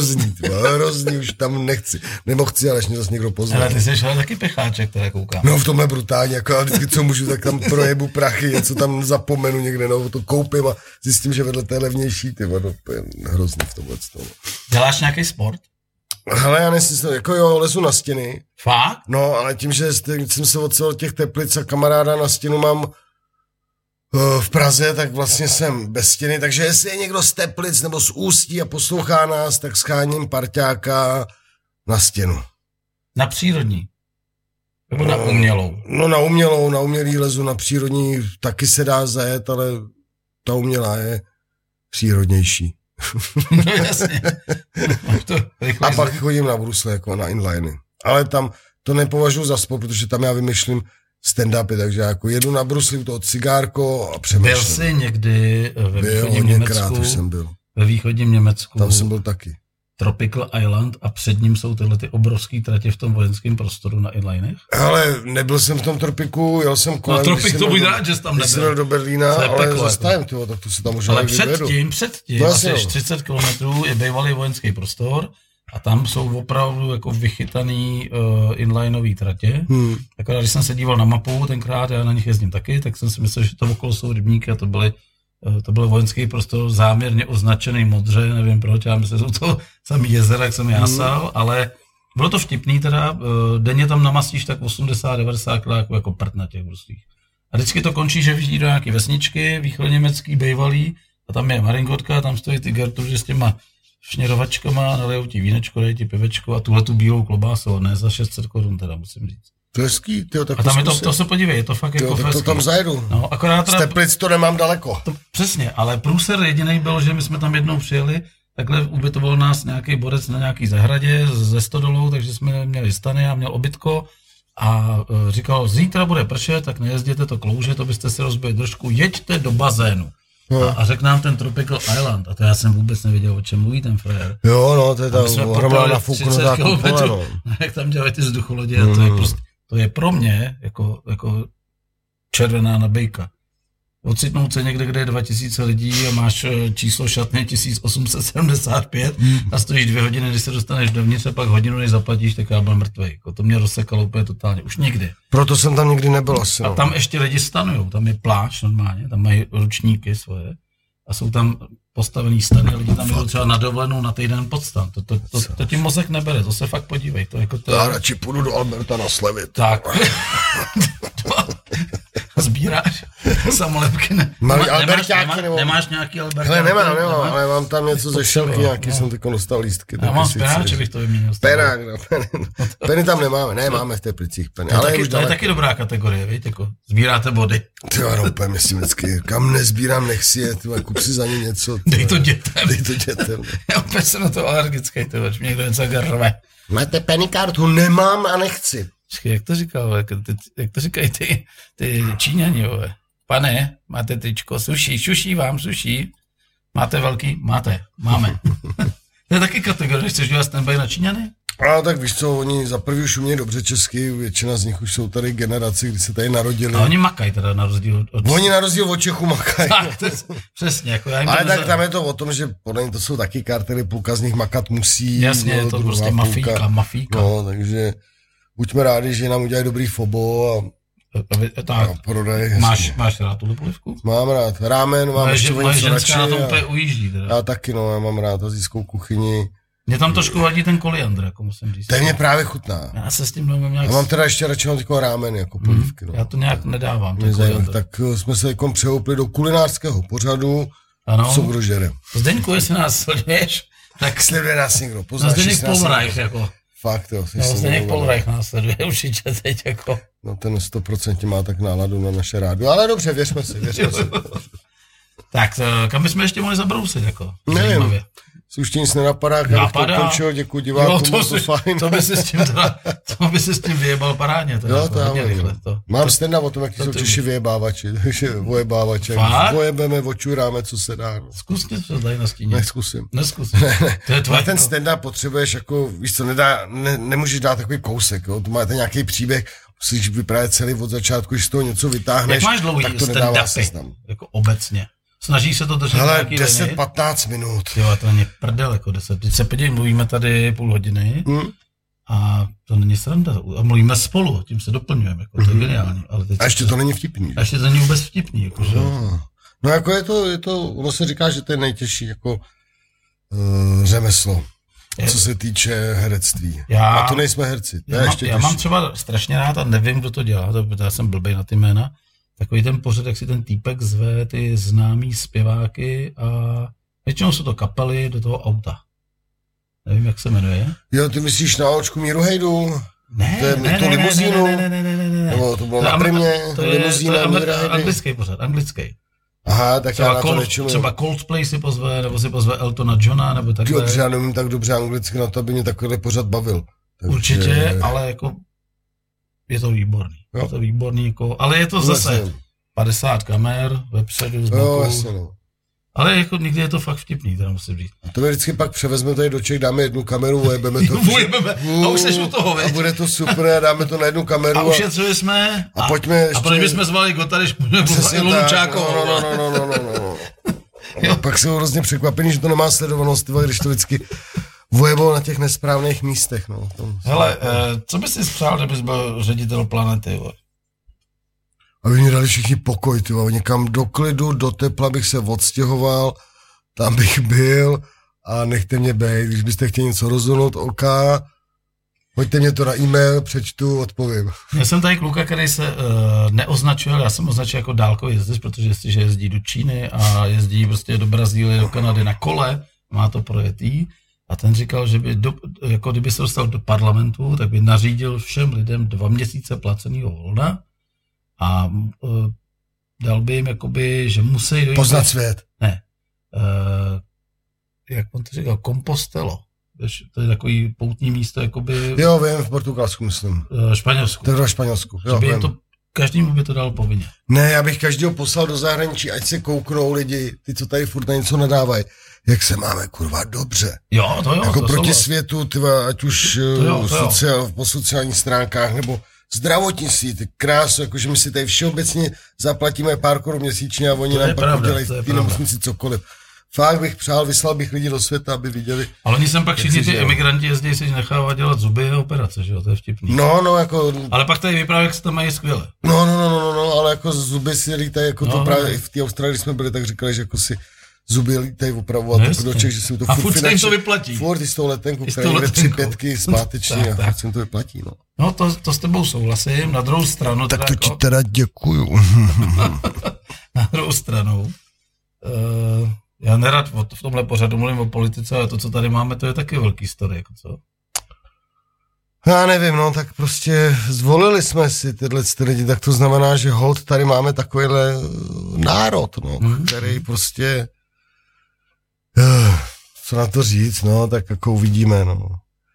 hrozný, už tam nechci. Nebo chci, ale až mě zase někdo pozná. Ale ty jsi ale taky pecháček, které koukám. No v tomhle brutálně, jako já vždycky co můžu, tak tam projebu prachy, něco tam zapomenu někde, no to koupím a zjistím, že vedle té levnější, ty vado, hrozný v tomhle. Děláš nějaký sport? Hele, já nesmím, jako jo, lezu na stěny. Fakt? No, ale tím, že jsem se odcel od těch Teplic a kamaráda na stěnu mám v Praze, tak vlastně jsem bez stěny, takže jestli je někdo z Teplic nebo z Ústí a poslouchá nás, tak scháním parťáka na stěnu. Na přírodní? Nebo na umělou? No na umělý lezu, na přírodní taky se dá zajet, ale ta umělá je přírodnější. No jasně. A pak chodím na brusle, jako na inliny. Ale tam to nepovažuji za sport, protože tam já vymýšlím stand-upy, takže jako jedu na brusli, to cigárko a přemýšlím. Byl jsi někdy ve východním Německu? Už jsem byl. Ve východním Německu. Tam jsem byl taky. Tropical Island a před ním jsou tyhle ty obrovský tratě v tom vojenském prostoru na inlinech? Ale nebyl jsem v tom tropiku, jel jsem kolem. No tropik to buď rád, že jsi tam nebyl. Jsem do Berlína, ale zastavím, tak to se tam možná předtím, asi 40 kilometrů je bývalý vojenský prostor a tam jsou opravdu jako vychytaný inlineový tratě. Akorát, když jsem se díval na mapu, tenkrát já na nich jezdím taky, tak jsem si myslel, že to okolo jsou rybníky a to byl vojenský prostor záměrně označený modře, nevím proč, já myslím, že jsou to samý jezera, jak jsem jásal, ale bylo to vtipný teda, denně tam namastíš tak 80-90 kg jako prd na těch bruslích. A vždycky to končí, že vždy do nějaký vesničky, východněmecký, bejvalý, a tam je marinkotka, tam stojí ty Gertrudy s těma šněrovačkama, nalejou ti vínečko, dají ti pivečko a tuhletu bílou klobásu, ne za 600 korun teda, musím říct. To je hezký, tyjo, tak a tam je to se podívej, je to fakt jako tak to tam zajedu. No, akorát z Teplic to nemám daleko. Přesně, ale průser jediný byl, že my jsme tam jednou přijeli, takhle ubytoval nás nějaký borec na nějaký zahradě ze stodolou, takže jsme měli stany, já měl obytko a říkal, zítra bude pršet, tak nejezděte to klouže, to byste si rozbili držku, jeďte do bazénu. A řekl nám ten Tropical Island, a to já jsem vůbec nevěděl, o čem mluví ten frajer. Jo, no, to je tam ohromná nafouknutá kupola, no. Jak tam dělají ty vzducholodě, to je prostě, to je pro mě jako červená nabíjka. ocitnout se někde, kde je 2000 lidí a máš číslo šatny 1875 a stojíš 2 hodiny, když se dostaneš dovnitř a pak hodinu než zaplatíš, tak já byl mrtvej. Jako to mě rozsekalo úplně totálně. Už nikdy. Proto jsem tam nikdy nebyl asi. A tam ještě lidi stanujou, tam je pláž normálně, tam mají ručníky svoje a jsou tam postavený stany, lidi tam jdou třeba na dovolenou na týden podstan. To ti mozek nebere, to se fakt podívej. To jako to... Já radši půjdu do Alberta na slevy. Tak. Sbíráš samolepky, ne? Nemáš nějaký Alberta? Hele, nemám, ale mám tam něco ze šelky, nějaký jsem teď dostal lístky. Já mám spenáče, bych to vyměnil. Penák, Peny tam nemáme, máme v Teplicích peny. To je taky dobrá kategorie, víš, jako sbíráte body. Ty jo, úplně myslím vždycky, kam nezbírám, nech si je, kup si za ně něco. Dej to dětem. Já opět jsem na to alergický, ty mě někdo něco rve. Máte penny kartu? Nemám a nechci. Jak to říkal, jak to říkají ty Číňani, vole. Pane, máte tričko, suší vám. Máte velký? Máme. To je taky kategorie, když chceš dělat stand-by na Číňany? A tak víš co, oni za prvý už umějí dobře česky, většina z nich už jsou tady generaci, kdy se tady narodili. A oni makají teda na rozdíl od... Oni na rozdíl od Čechů makají. Tak, to je, přesně. Jako já ale tak tam je to o tom, že podle mě to jsou taky kartely, půlka z nich makat musí. Jasně, je to prostě mafíka. No, takže buďme rádi, že nám udělají dobrý fobo a prodej. Máš rád tu polivku? Mám rád. Rámen, mám ještě moje ženská na tom úplně ujíždí. Teda. Já taky, no, já mám rád azijskou kuchyni. Mě tam trošku vadí ten koliandr, jako musím říct. Ten mě právě chutná. Já se s tím nemám nějak... Já mám teda ještě radši takový rámen jako polívky. No. Já to nějak nedávám. Tak jsme se jako přehoupli do kulinářského pořadu. Ano. Co kdo žere. Zdeňku, jestli nás sleduješ, tak... Sleduje nás někdo. Poznáš Zdeněk Polreich, jako. Fakt, jo. Zdeněk Polreich nás sleduje určitě teď, jako. No ten 100% má tak náladu na naše rádio. Ale dobře, věřme si. Tak, kam bychom ještě mohli zabrousit, jako? Nevím. Už ti nic nenapadá, když to ukončil, děkuji divákům, to fajn. To by si s tím vyjebal parádně. Jo, to rychle. Mám stand-up o tom, jaký jsou Češi vyjebávači, vojebeme, očuráme, co se dá. No. Zkus něco tady na stíně. Neskusím. Na ten stand-up potřebuješ, jako, víš co, nemůžeš dát takový kousek, jo? To máte nějaký příběh, musíš vyprávět celý od začátku, když z toho něco vytáhneš, tak to nedává seznam. Jako obecně. Snažíš se to držet nějaký 10-15 minut. Jo, to není prdel, jako 10. Teď se podívej, mluvíme tady půl hodiny a to není sranda. A mluvíme spolu, tím se doplňujeme, jako to je geniální. Ale teď a ještě to není vtipný. A ještě to není vůbec vtipný, jako že? No jako je to, ono se říká, že to je nejtěžší, jako řemeslo, co se týče herectví. A to nejsme herci. Já mám třeba strašně rád a nevím, kdo to dělá, já jsem blbej na ty jména. Takový ten pořad, jak si ten týpek zve ty známý zpěváky a většinou jsou to kapely do toho auta. Nevím, jak se jmenuje. Jo, ty myslíš na očku Míru Hejdu? Ne, tu limuzínu? Ne. Nebo to bylo na Primě, limuzína Míra Hejdy. Anglický pořad, anglický. Aha, tak já na to nečuju. Třeba Coldplay si pozve, nebo si pozve Eltona Johna, nebo takhle. Dobře, já nevím tak dobře anglicky na to, aby mě takovýhle pořad bavil. Takže... Určitě, ale jako je to výborný. Jo. Je to výborný, jako, ale je to zase 50 kamer vepředu, z boku. Jo, jasně, no. Ale jako někdy je to fakt vtipný, teda musím říct. A to my vždycky pak převezme tady do Čech, dáme jednu kameru, vojebeme to. A už seš u toho, veď. A bude to super, a dáme to na jednu kameru. A ušetřili jsme. A pojďme ještě... A proč bychom zvali Gota, když půjdeme po Ilonu Čákovou. No. A pak jsou hrozně překvapení, že to nemá sledovanost, když to vždycky vojebou na těch nesprávných místech, no. Hele, co bys si přál, kdybys byl ředitel Planety, vole? Aby mě dali všichni pokoj, tyvo, někam do klidu, do tepla bych se odstěhoval, tam bych byl a nechte mě bejt, když byste chtěli něco rozhodnout, OK, hoďte mě to na e-mail, přečtu, odpovím. Já jsem tady kluka, který se neoznačil, já jsem označil jako dálkový jezdec, protože jestliže jezdí do Číny a jezdí prostě do Brazílie, do Kanady na kole, má to projetý, a ten říkal, že by, jako kdyby se dostal do parlamentu, tak by nařídil všem lidem 2 měsíce placenýho volna, a dal by jim jakoby, že musí dojít... Poznat svět. Ne. Jak on to říkal? Compostelo. To je takový poutní místo, jakoby... Jo, vím, v Portugalsku, myslím. Španělsku. To je v Španělsku. Jo, by každému by to dal povinně. Ne, já bych každého poslal do zahraničí, ať se kouknou lidi, ty, co tady furt na něco nedávají, jak se máme, kurva, dobře. Jo, to jo. Jako to proti světu, tyva, ať už to po sociálních stránkách, nebo zdravotnictví, ty krásu, jakože my si tady všeobecně zaplatíme pár korun měsíčně a oni nám pak udělají ty nemocnici cokoliv. Fakt bych přál, vyslal bych lidi do světa, aby viděli. Ale oni sem pak všichni ty emigranti jezdí, si nechává dělat zuby a operace, že jo, to je vtipný. No, jako... Ale pak tady vypadá, jak se tam mají skvěle. No, ale jako zuby si lítají, jako to právě i v té Austrálii, když jsme byli, tak říkali, že jako si zuby lítají opravovat jako do Čech, že si to furt se jim to vyplatí. Furt i s tou letenkou, která jde 3-5 zpátečně a furt se jim to vyplatí, no. No to s tebou souhlasím, na druhou stranu... Tak to ti teda děkuju. Na druhou stranu... Já nerad v tomhle pořadu mluvím o politice, ale to, co tady máme, to je taky velký story, jako co? Já nevím, no, tak prostě zvolili jsme si tyhle lidi, tak to znamená, že hold tady máme takovýhle národ, no, který prostě, co na to říct, no, tak jako uvidíme, no.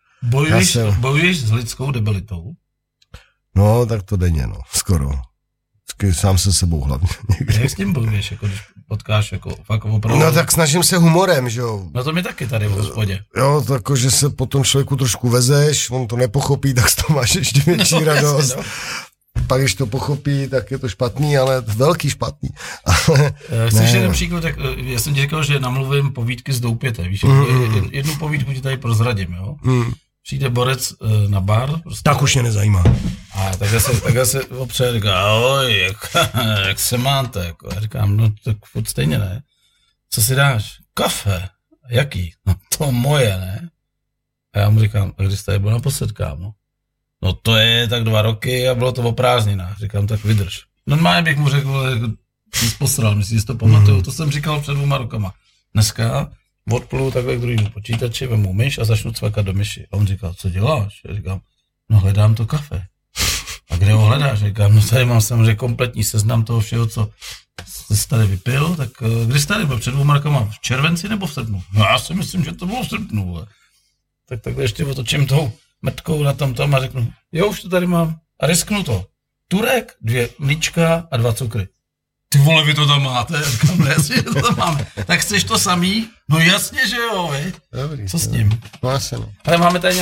Bojuješ s lidskou debilitou? No, tak to denně, no, skoro. Sám se sebou hlavně. Jak s tím bojuješ, jako když potkáš jako fakt opravdu? No tak snažím se humorem, že jo. No to mi taky tady v hospodě. Jo, tako, že se po tom člověku trošku vezeš, on to nepochopí, tak z toho máš ještě větší radost. Jasně, no. Pak když to pochopí, tak je to špatný, ale velký špatný. Chceš jeden příklad, tak já jsem ti říkal, že namluvím povídky z Doupěte, víš, jednu povídku ti tady prozradím, jo. Přijde borec na bar. Prostě, tak už mě nezajímá. A takhle se opře, říká, ahoj, jak se máte? Jako, já říkám, no tak furt stejně ne. Co si dáš? Kafe. Jaký? No to moje, ne? A já mu říkám, a kdy jste byl naposled, kámo? No to je tak 2 roky a bylo to o prázdninách. Říkám, tak vydrž. Normálně bych mu řekl, jako jsi posral, myslím, že si to pamatuju. To jsem říkal před 2 rokama. Dneska odpluju takhle k druhému počítači, vemu myš a začnu cvakat do myši. A on říkal, co děláš? Já říkám, no hledám to kafe. A kde ho hledáš? Říkám, no tady mám samozřejmě kompletní seznam toho všeho, co jsi tady vypil, tak kdy jsi tady byl? Před 2 rokama? V červenci nebo v srpnu? No já si myslím, že to bylo v srpnu. Ale. Tak takhle ještě otočím tou mrtkou na tom a řeknu, jo, už to tady mám. A risknu to. Turek, 2 mlíčka a 2 cukry. Ty vole, vy to tam máte? Říkám, no jasně, že to tam máme. Tak chceš to samý? No jasně, že jo, viď? Dobrý. Co s tím? No asi no. Ale máme tady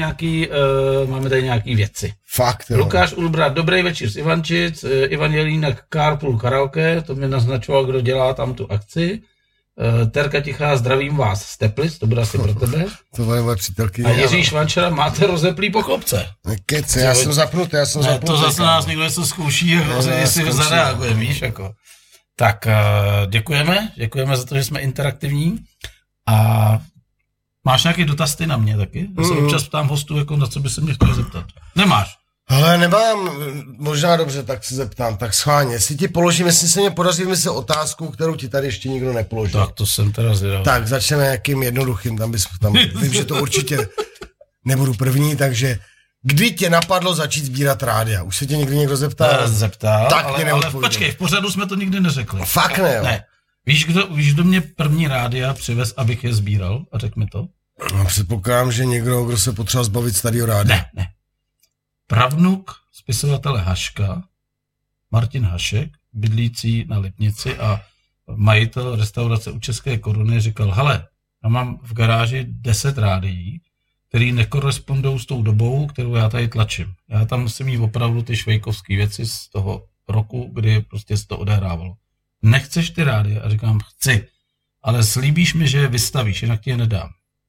nějaký věci. Fakt, jo. Lukáš Ulbrat, dobrý večer z Ivančic, Ivan Jelínek, Carpool Karaoke, to mě naznačoval, kdo dělá tam tu akci. Terka Tichá, zdravím vás z Teplic, to bude asi pro tebe. To bude moje přítelkyně. A Jiří Švančera, máte rozeplý poklopce. Kece, já jsem zapnutý. To zase nás někdo něco zkouší, jestli zareaguje, víš, jako. Tak děkujeme za to, že jsme interaktivní a máš nějaký dotaz ty na mě taky? Já se občas ptám hostů, jako na co by se mě chtěl zeptat. Nemáš? Ale nemám, možná dobře, tak se zeptám, tak schválně, jestli ti položím, jestli se mě podaří se otázku, kterou ti tady ještě nikdo nepoložil. Tak to jsem teda zvědavý. Tak začneme nějakým jednoduchým, tam vím, že to určitě nebudu první, takže kdy tě napadlo začít sbírat rádia? Už se tě někdy někdo zeptal? Zeptal, tak ale počkej, v pořadu jsme to nikdy neřekli. No, fakt ne, jo. Ne. Víš, kdo mě první rádia přivez, abych je sbíral? A řek mi to. No, předpokládám, že někdo, kdo se potřeboval zbavit starého rádia. Ne. Pravnuk spisovatele Haška, Martin Hašek, bydlící na Lipnici a majitel restaurace u České Koruny, říkal, hele, já mám v garáži 10 rádií, který nekorespondují s tou dobou, kterou já tady tlačím. Já tam musím mít opravdu ty švejkovské věci z toho roku, kdy prostě se to odehrávalo. Nechceš ty rádia? A říkám, chci, ale slíbíš mi, že je vystavíš, jinak ti je nedám.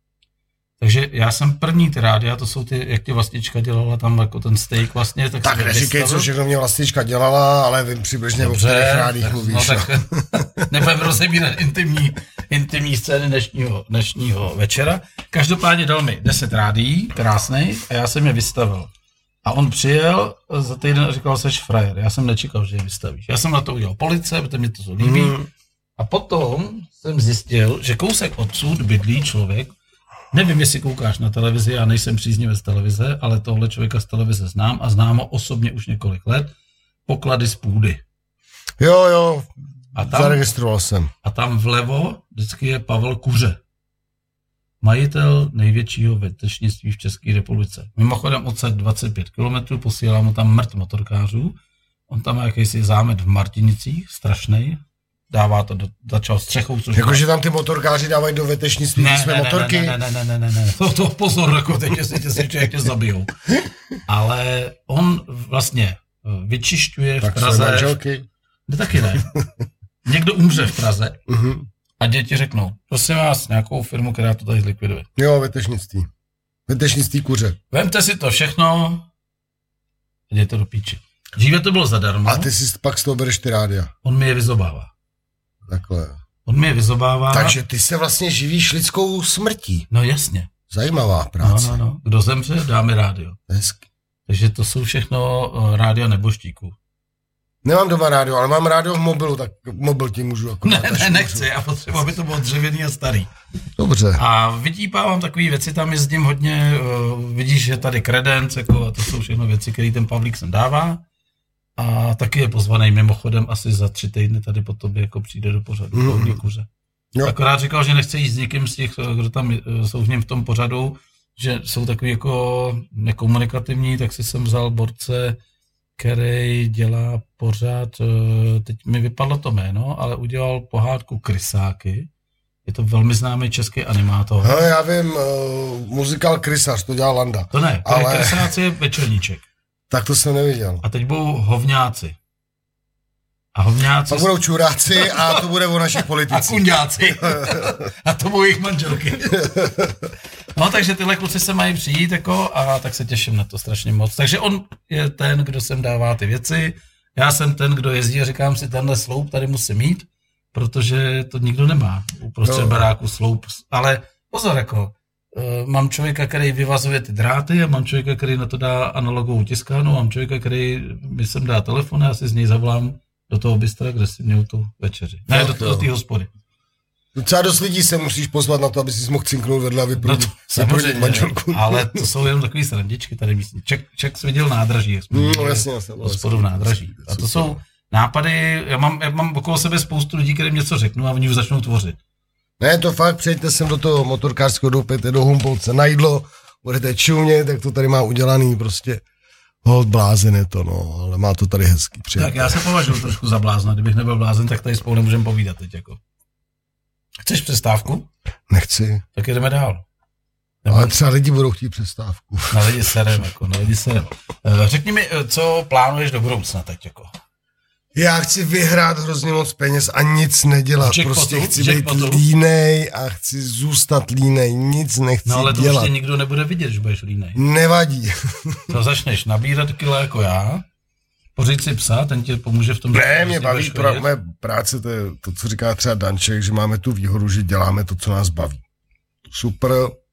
Takže já jsem první ty rádia, to jsou ty, jak tě vlastička dělala tam jako ten steak vlastně. Tak neříkej, co všechno mě vlastička dělala, ale vím přibližně, o kterých rádích mluvíš. No tak nebudeme rozebírat intimní scény dnešního večera. Každopádně dal mi 10 rádií, krásnej, a já jsem je vystavil. A on přijel za týden a říkal, seš frajer. Já jsem nečekal, že je vystavíš. Já jsem na to udělal police, protože mě to líbí. A potom jsem zjistil, že kousek odsud bydlí člověk. Nevím, jestli koukáš na televizi, já nejsem příznivec televize, ale tohle člověka z televize znám a znám ho osobně už několik let. Poklady z půdy. Jo, zaregistroval jsem. A tam vlevo vždycky je Pavel Kuře. Majitel největšího vetečnictví v České republice. Mimochodem odsaď 25 km, posílá mu tam mrt motorkářů. On tam má jakýsi zámet v Martinicích, strašnej. dává to, začal střechou. Jakože tam ty motorkáři dávají do vetešnictví své motorky? Ne. To pozor, jako teď, jestli si člověk tě zabijou. Ale on vlastně vyčišťuje v Praze... Tak manželky? Ne, taky ne. Někdo umře v Praze a děti řeknou, prosím vás, nějakou firmu, která to tady zlikviduje. Jo, vetešnictví. Vetešnictví kuře. Vemte si to všechno a jděte do píči. Dříve to bylo zadarmo. A ty si pak z toho bereš ty rádia. On mi je vyzobává. Takhle. On mi je vyzobává. Takže ty se vlastně živíš lidskou smrtí. No jasně. Zajímavá práce. No. Kdo zemře, dáme rádio. Hezky. Takže to jsou všechno rádia neboštíků. Nemám doma rádio, ale mám rádio v mobilu, tak mobil ti můžu jako... Nechci, já potřebuji, aby to bylo dřevěný a starý. Dobře. A vytípávám takové věci, tam jezdím hodně, vidíš, že tady Credence, jako, a to jsou všechno věci, které ten Pavlík sem dává. A taky je pozvaný mimochodem asi za 3 týdny tady po tobě jako přijde do pořadu. Akorát říkal, že nechce jít s někým z těch, kdo tam jsou v něm v tom pořadu, že jsou takový jako nekomunikativní, tak si jsem vzal borce, který dělá pořád, teď mi vypadlo to jméno, ale udělal pohádku Krysáky. Je to velmi známý český animátor. No, já vím, muzikál Krysař, to dělal Landa. To ne, ale... Krysáci je večerníček. Tak to jsem neviděl. A teď budou hovňáci. A hovňáci... Pak budou čuráci a to bude o našich politicích. A kunďáci. A to budou jejich manželky. No, takže tyhle kluci se mají přijít jako, a tak se těším na to strašně moc. Takže on je ten, kdo sem dává ty věci. Já jsem ten, kdo jezdí a říkám si, tenhle sloup tady musím mít, protože to nikdo nemá uprostřed baráku sloup. Ale pozor, jako, mám člověka, který vyvazuje ty dráty a mám člověka, který na to dá analogovou tiskárnu, mám člověka, který mi sem dá telefon a já si z něj zavolám do toho bystra, kde si měl tu večeři. Ne, do té hospody. Docela dost lidí se musíš pozvat na to, aby si mohl cinknout vedle a vyprudit manželku. Ale to jsou jenom takový srandičky tady místní. Ček jsi viděl nádraží, jak jsme hospodu v nádraží. A to jsou nápady, já mám okolo sebe spoustu lidí, kterým něco řeknu a oni už začnou tvořit. Ne, to fakt, přejďte sem do toho motorkářského doupěte do Humpolce na jídlo, budete čumět, tak to tady má udělaný prostě. Hold, blázen je to, no, ale má to tady hezký. Přijat. Tak já se považuji trošku za blázna, kdybych nebyl blázen, tak tady spolu nemůžeme povídat teď jako. Chceš přestávku? Nechci. Tak jdeme dál. Ale třeba lidi budou chtít přestávku. Na lidi serem. Řekni mi, co plánuješ do budoucna teď jako? Já chci vyhrát hrozně moc peněz a nic nedělat. Prostě chci být línej a chci zůstat línej. Nic nechci dělat. No ale to už tě nikdo nebude vidět, že budeš línej. Nevadí. To začneš nabírat kila jako já, pořiď si psa, ten ti pomůže v tom. Ne, mě baví moje práce, to je to, co říká třeba Danček, že máme tu výhodu, že děláme to, co nás baví. Super.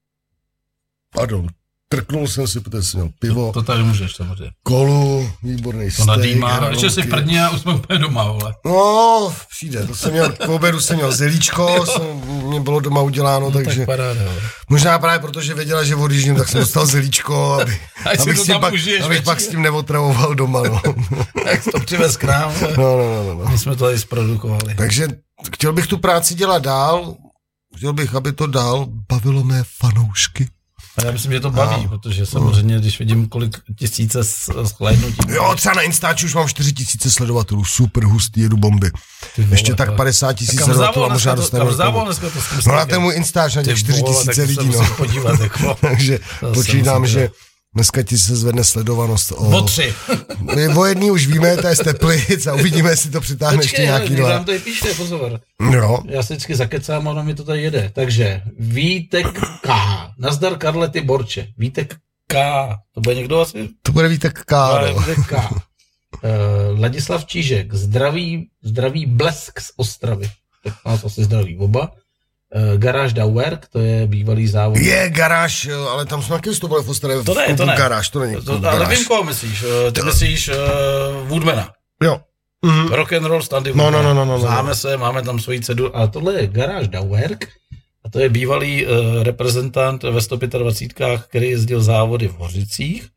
Pardon. Trknul jsem si, protože jsem měl pivo. To tady můžeš samozřejmě. Kolu, výborný steak. To nadýmá, ještě si prdní a už jsme úplně doma, vole. No, přijde, to jsem měl, k obědu jsem měl zelíčko, mě bylo doma uděláno, no, takže... Tak paráda, možná právě protože věděla, že odjíždím, tak jsem dostal zelíčko, abych pak s tím neotravoval doma, no. Tak to přivez k nám, no. My jsme to tady zprodukovali. Takže chtěl bych tu práci dělat dál, chtěl bych, aby to dál bavilo mé fanoušky. A já myslím, že to baví, protože samozřejmě, když vidím, kolik tisíce shlédnutí. Jo, třeba na Instači už mám 4 000 sledovatelů, super hustý, jedu bomby. Ještě tak 50 000 sledovatelů a možná dostanu. No na ten můj Instač na těch 4 000 lidí, no. Podívat, jako. Takže počítám, že dneska ti se zvedne sledovanost o 3. O 1 už víme, to je z Teplic a uvidíme, jestli to přitáhne ještě nějaký 2. Počkej, to je píšte, pozor. Jo. Já se vždycky zakecám a ono mi to tady jede. Takže Vítek K. Nazdar Karlety Borče. Vítek K. To bude někdo asi? To bude Vítek K. Vítek K. Ladislav Čížek. Zdraví blesk z Ostravy. Tak nás asi zdraví oba. Garáž Dauerk, to je bývalý závod. Je garáž, ale tam jsme taky vystupovali v Ostravě. To ne. Garáž, to není to, ale vím, koho myslíš. Ty myslíš Woodmana. Jo. Mm-hmm. Rock and roll standy. No. Známe se, máme tam svoji cedu. A tohle je Garáž Dauerk. A to je bývalý reprezentant ve 125, který jezdil závody v Hořicích.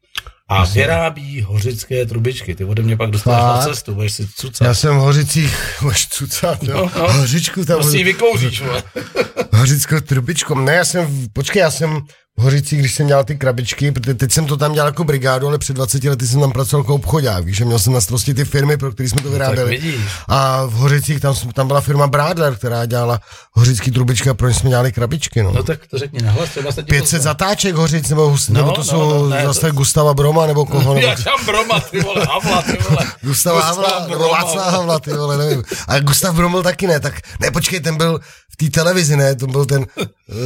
A vyrábí hořické trubičky. Ty ode mě pak dostaneš na cestu, budeš si cucat. Já jsem v Hořicích, budeš cucat, jo. Hořičku tam. To si ji vykouříš, hořickou trubičku. Ne, já jsem v Hořicích, když jsem dělal ty krabičky, protože teď jsem to tam dělal jako brigádu, ale před 20 lety jsem tam pracoval jako obchodák, víš, že měl jsem na starosti ty firmy, pro které jsme to vyráběli. A v Hořicích tam byla firma Brádler, která dělala hořický trubičky a pro ně jsme dělali krabičky, no. No tak to řekni nahlas, třeba se 500 zatáček Hořic, nebo to jsou zase Gustava Broma, nebo koho? Já tam Broma, ty vole, Havla, ty vole. Gustava Havla, nebo Václav Havla, ty vole, nevím. A Gustav Broml taky ne, tak ne, počkej, ten byl v té televizi, ne, to byl ten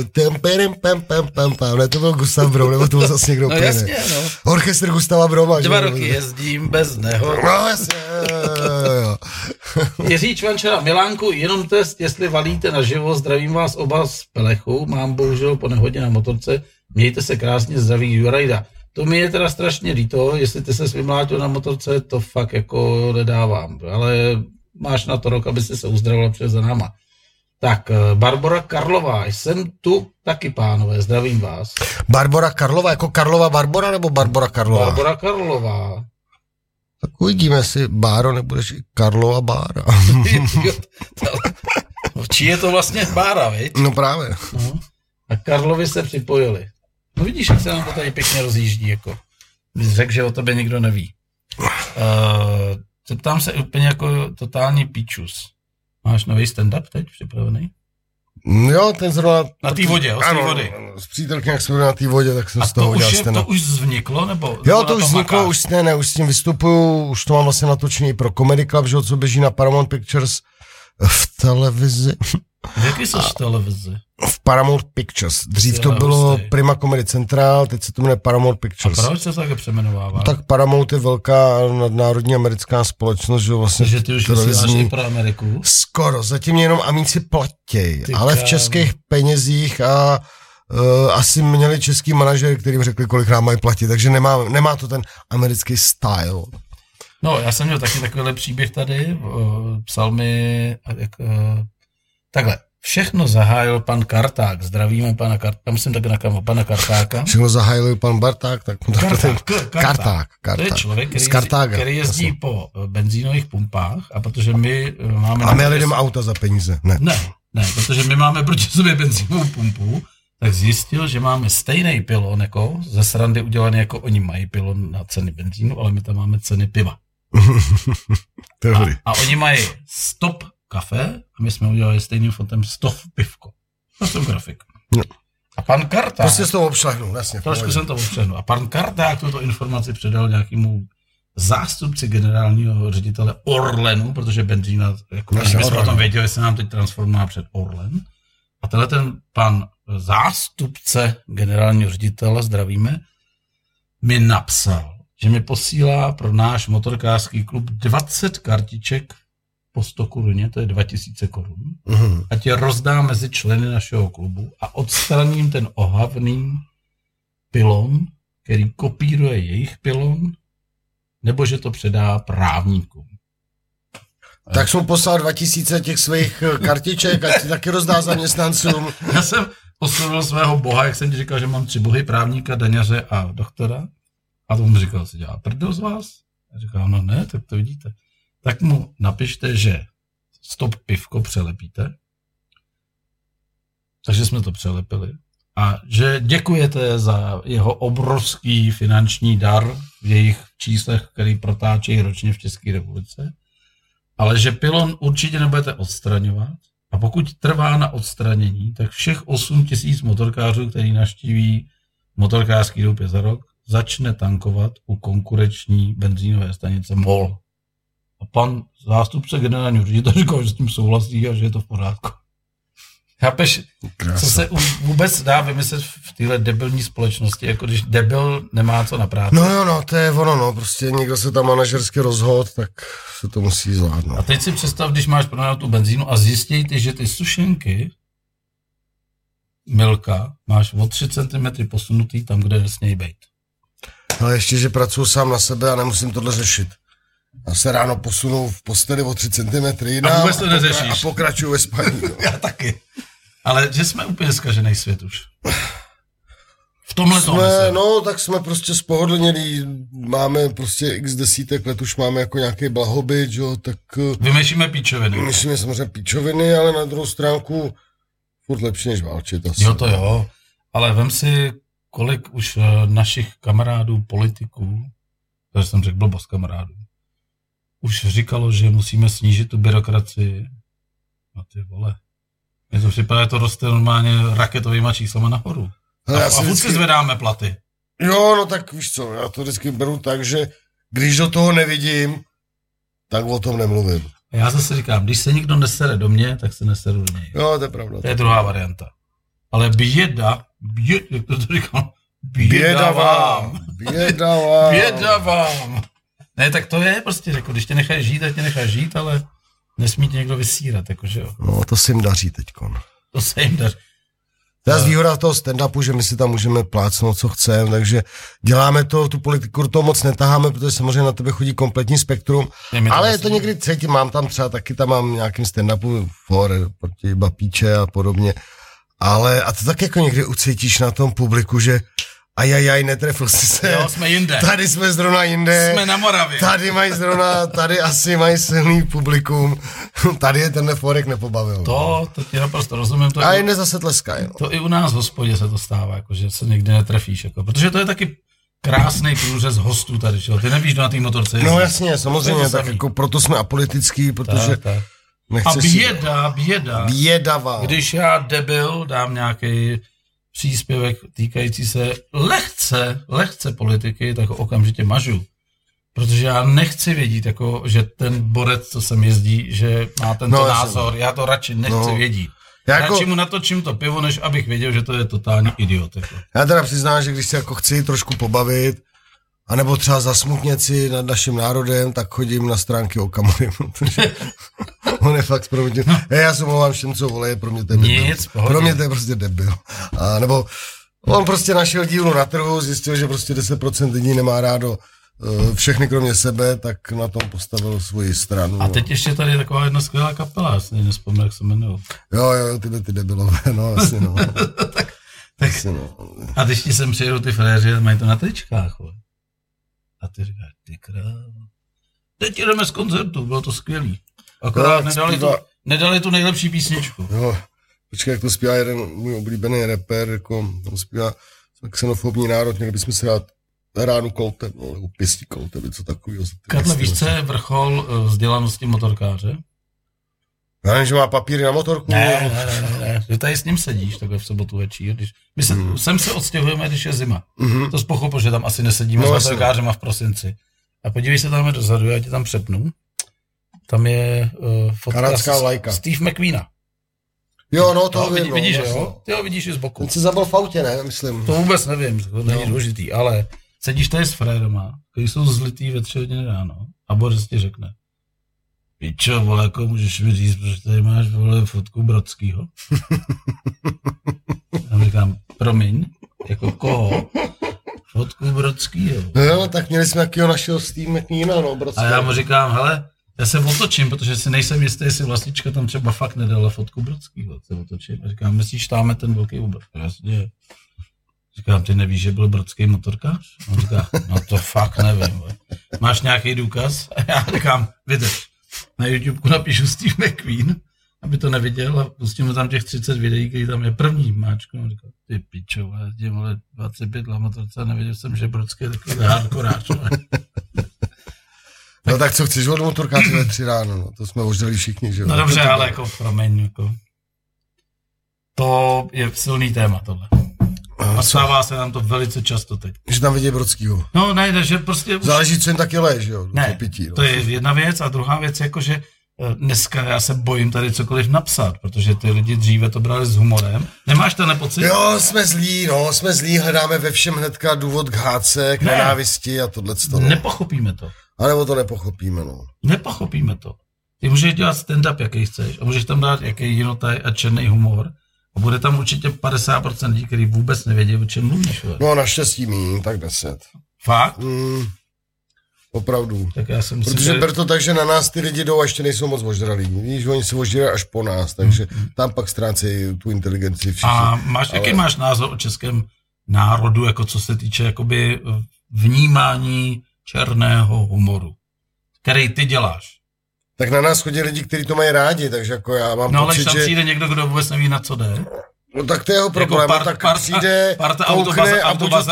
ne, to byl Gustav Brom, nebo to byl zase někdo úplně, jasně, no. Orchestr Gustava Broma. 2 roky jezdím bez nehod. No, jasně, jo. Jiří Čvančara, Milánku, jenom test, jestli valíte naživo, zdravím vás oba z Pelechu, mám bohužel po nehodě na motorce, mějte se krásně, zdraví Jurajda. To mi je teda strašně líto, jestli ty se vymlátil na motorce, to fakt jako nedávám, ale máš na to rok, abyste se uzdravila před za náma. Tak, Barbora Karlová, jsem tu taky, pánové, zdravím vás. Barbora Karlová, jako Karlova Barbora, nebo Barbora Karlová? Barbora Karlová. Tak uvidíme, jestli Báro nebudeš i Karlova Bára. Čí je to vlastně Bára, viď? No právě. A Karlovi se připojili. No vidíš, jak se nám to tady pěkně rozjíždí, jako. Řekl, že o tebe nikdo neví. Zeptám se úplně jako totální píčus. Máš nový stand-up teď připravený? Jo, ten zrovna... Na té vodě, ostrý vody. S přítelkyní, jak jsme byli na té vodě, tak jsem z toho udělal stand-up. A to už vzniklo, nebo? Jo, to už vzniklo, už s tím vystupuju, už to mám vlastně natočený pro Comedy Club, že co běží na Paramount Pictures v televizi. Jaký jsi v televizi? V Paramount Pictures. Dřív to bylo Prima Comedy Central, teď se to jmenuje Paramount Pictures. A proč se to také přeměnovává? No, tak Paramount je velká nadnárodní americká společnost, že vlastně... Takže ty už vysíláš i pro Ameriku? Skoro, zatím jenom amíci platěj, ale v českých penězích a asi měli český manažer, kterým řekli, kolik nám mají platit, takže nemá to ten americký style. No, já jsem měl taky takovýhle příběh tady, psal mi, takhle, všechno zahájil pan Karták, zdravíme pana Kartáka, musím taky na pana Kartáka. Všechno zahájil pan Barták, tak Karták. To je člověk, který jezdí po benzínových pumpách a protože my máme... A my lidem auta za peníze, Ne, protože my máme proti sobě benzínovou pumpu, tak zjistil, že máme stejný pilon, jako ze srandy udělaný, jako oni mají pilon na ceny benzínu, ale my tam máme ceny piva. A oni mají stop kafe a my jsme udělali stejným fontem stop pivko. To jsem grafik. No. A pan Karták... Prostě s toho obšlehnul, jasně. Trošku jsem to obšlehnul. A pan Karták tuto informaci předal nějakému zástupci generálního ředitele Orlenu, protože benzína, jako my jsme o tom věděli, se nám teď transformuje před Orlen. A tenhle ten pan zástupce generálního ředitele, zdravíme, mi napsal, že mi posílá pro náš motorkářský klub 20 kartiček po 100 koruně, to je 2000 korun, a tě rozdá mezi členy našeho klubu a odstraním ten ohavný pilon, který kopíruje jejich pilon, nebo že to předá právníkům. Tak jsem poslal 2000 těch svých kartiček a ti taky rozdá zaměstnancům. Já jsem oslovil svého boha, jak jsem ti říkal, že mám 3 bohy, právníka, daňaře a doktora. A to mu říkal, se dělá prdel z vás? A říkal, no ne, tak to vidíte. Tak mu napište, že stop pivko přelepíte. Takže jsme to přelepili. A že děkujete za jeho obrovský finanční dar v jejich číslech, který protáčejí ročně v České republice. Ale že pilon určitě nebudete odstraňovat. A pokud trvá na odstranění, tak všech 8 000 motorkářů, který navštíví motorkářský doupě za rok, začne tankovat u konkurenční benzínové stanice MOL. A pan zástupce generálního ředitele říkal, že s tím souhlasí a že je to v pořádku. Chápeš, co se vůbec dá vymyslet v téhle debilní společnosti, jako když debil nemá co na práci. No, to je ono, no, prostě někdo se tam manažersky rozhodl, tak se to musí zvládnout. A teď si představ, když máš pronadat tu benzínu a zjistíte, že ty sušenky Milka máš o 3 cm posunutý tam, kde nesmějí být. Ale ještě, že pracuji sám na sebe a nemusím tohle řešit. Já se ráno posunu v posteli o 3 cm jinam a vůbec to neřešíš. A pokračuju ve spaní. No. Já taky. Ale že jsme úplně zkažený svět už. tomhle tak jsme prostě spohodlnělí, máme prostě x desítek let, už máme jako nějaký blahobyt, jo, tak... Vymýšlíme píčoviny. Vymýšlíme samozřejmě píčoviny, ale na druhou stránku furt lepší než válčit asi. Jo, to jo, ale vem si, kolik už našich kamarádů, politiků, takže jsem řekl blbost kamarádů, už říkalo, že musíme snížit tu byrokracii. No ty vole. Mně to připadá, to roste normálně raketovýma číslama nahoru. A furt si zvedáme platy. Jo, no tak víš co, já to vždycky beru tak, že když do toho nevidím, tak o tom nemluvím. A já zase říkám, když se nikdo nesere do mě, tak se neseru do něj. Jo, to je pravda. To je druhá varianta. Ale běda, jak to říkal? Běda vám. Běda vám. Ne, tak to je prostě, jako, když tě necháš žít, tak tě necháš žít, ale nesmí tě někdo vysírat, jakože jo. No, to se jim daří teďkon. To se jim daří. To je výhoda toho stand-upu, že my si tam můžeme plácnout, co chceme, takže děláme to, tu politiku do toho moc netaháme, protože samozřejmě na tebe chodí kompletní spektrum, ale je to někdy cítím, mám tam třeba, taky tam mám nějakým stand-upu for proti Bapíče a podobně, ale a to tak jako někdy ucítíš na tom publiku, že ajajaj, netrefil jsi se. Jo, jsme jinde. Tady jsme zrovna jinde. Jsme na Moravě. Tady asi mají silný publikum. Tady je tenhle forek nepobavil. To ti naprosto rozumím. A jinde zase tleskají. No. To i u nás v hospodě se to stává, jako, že se někdy netrefíš. Jako, protože to je taky krásný průřez hostů tady. Čo? Ty nevíš, kdo na té motorce jezdí. No jasně, samozřejmě. Tak jako proto jsme apolitický, protože... Tak. A běda. Když já debil dám nějaký příspěvek týkající se lehce politiky, tak ho okamžitě mažu. Protože já nechci vědět, jako, že ten borec, co sem jezdí, že má tento názor, já to radši nechci vědět. Radši mu natočím to pivo, než abych věděl, že to je totální idiot. Jako. Já teda přiznám, že když se jako chci trošku pobavit, anebo třeba zasmutnět si nad naším národem, tak chodím na stránky Okamury, protože on je fakt promět. Já se omlouvám všem, co vole, pro mě to je debil. Pro mě to je prostě debil. A nebo on prostě našel dílu na trhu, zjistil, že prostě 10% lidí nemá rádo všechny kromě sebe, tak na tom postavil svoji stranu. A teď ještě tady je taková jedna skvělá kapela, já si nespomínám, jak se jmenuje. Jo, ty debilové, no, jasně, no. tak, jasně, no. A když ti sem přijedou ty fréři, mají to na tričkách, vole. A ty říkáš, ty krávo. Teď jdeme z koncertu, bylo to skvělý. Akorát nedali tu nejlepší písničku. Jo, počkej, jak to zpívá jeden můj oblíbený rapper, jako tam zpívá xenofobní národ, měli bychom se dát ránu koltem, nebo pěstí koltem, co takového. Karle, víš, co je vrchol vzdělanosti motorkáře? Já nevím, že má papíry na motorku. Ne. Že tady s ním sedíš takhle v sobotu večír. Sem se odstěhujeme, když je zima. To jsi pochopil, že tam asi nesedíme s motorkářem a v prosinci. A podívej se tam dozadu, já ti tam přepnu. Tam je fotka Steve McQueena. Jo, no to vím. Vidíš, jo? Ty ho vidíš i z boku. Ten se zabil v autě, ne? Myslím. To vůbec nevím, to není důležitý, ale sedíš tady s frérama, kteří jsou zlitý ve 3 hodiny ráno a Boris ti řekne: Pičo, vole, jako můžeš mi říct, protože tady máš, vole, fotku Brodskýho. Já říkám, promiň, jako koho? Fotku Brodskýho. No jo, tak měli jsme jakýho našeho Steve McQueena, no, Brodskýho. A já mu říkám, hele, já se otočím, protože si nejsem jistý, jestli vlastnička tam třeba fakt nedala fotku Brodskýho. Se otočím a říkám, myslíš, táme ten velký obr? Jasně. Říkám, ty nevíš, že byl brodský motorkář? On říká, no to fakt nevím. Vole. Máš nějaký důkaz? A já říkám, vydrž. Na YouTubeku napíšu Steve McQueen, aby to neviděl a pustím mu tam těch 30 videí, který tam je první máčku. On říká, ty pičo, jezdím, ale 25 na motorce a nevěděl jsem, že Brodský je takový hardkoráč. No tak co chceš od motorkáře ve 3 ráno, no, to jsme oždali všichni, že jo? No dobře, ale jako promiň, jako. To je silný téma tohle. A stává se nám to velice často teď. Že tam vidí Brodskýho. No ne, že prostě... Záleží, co jim taky lež, jo? Ne, pití, no. To je jedna věc a druhá věc, jako že dneska já se bojím tady cokoliv napsat, protože ty lidi dříve to brali s humorem. Nemáš tenhle pocit? Jo, jsme zlí, hledáme ve všem hnedka důvod k hádce, k nenávisti a tohleto. No. Nepochopíme to. A nebo to nepochopíme, no. Nepochopíme to. Ty můžeš dělat stand-up, jaký chceš, a můžeš tam dát jaký jinotaj a černý humor, a bude tam určitě 50% lidí, kteří vůbec nevědí, o čem mluvíš. No naštěstí míň, tak 10. Fakt? Opravdu. Tak já si myslím, protože ber to tak, že na nás ty lidi jdou a ještě nejsou moc ožralí. Víš, oni se ožírají až po nás, takže tam pak ztrácejí tu inteligenci všichni. A jaký máš názor o českém národu, jako co se týče jakoby vnímání černého humoru, který ty děláš. Tak na nás chodí lidi, kteří to mají rádi, takže jako já mám no, pocit, ale tam přijde někdo, kdo vůbec neví, na co jde. No tak to je jeho problém, jako tak přijde, koukne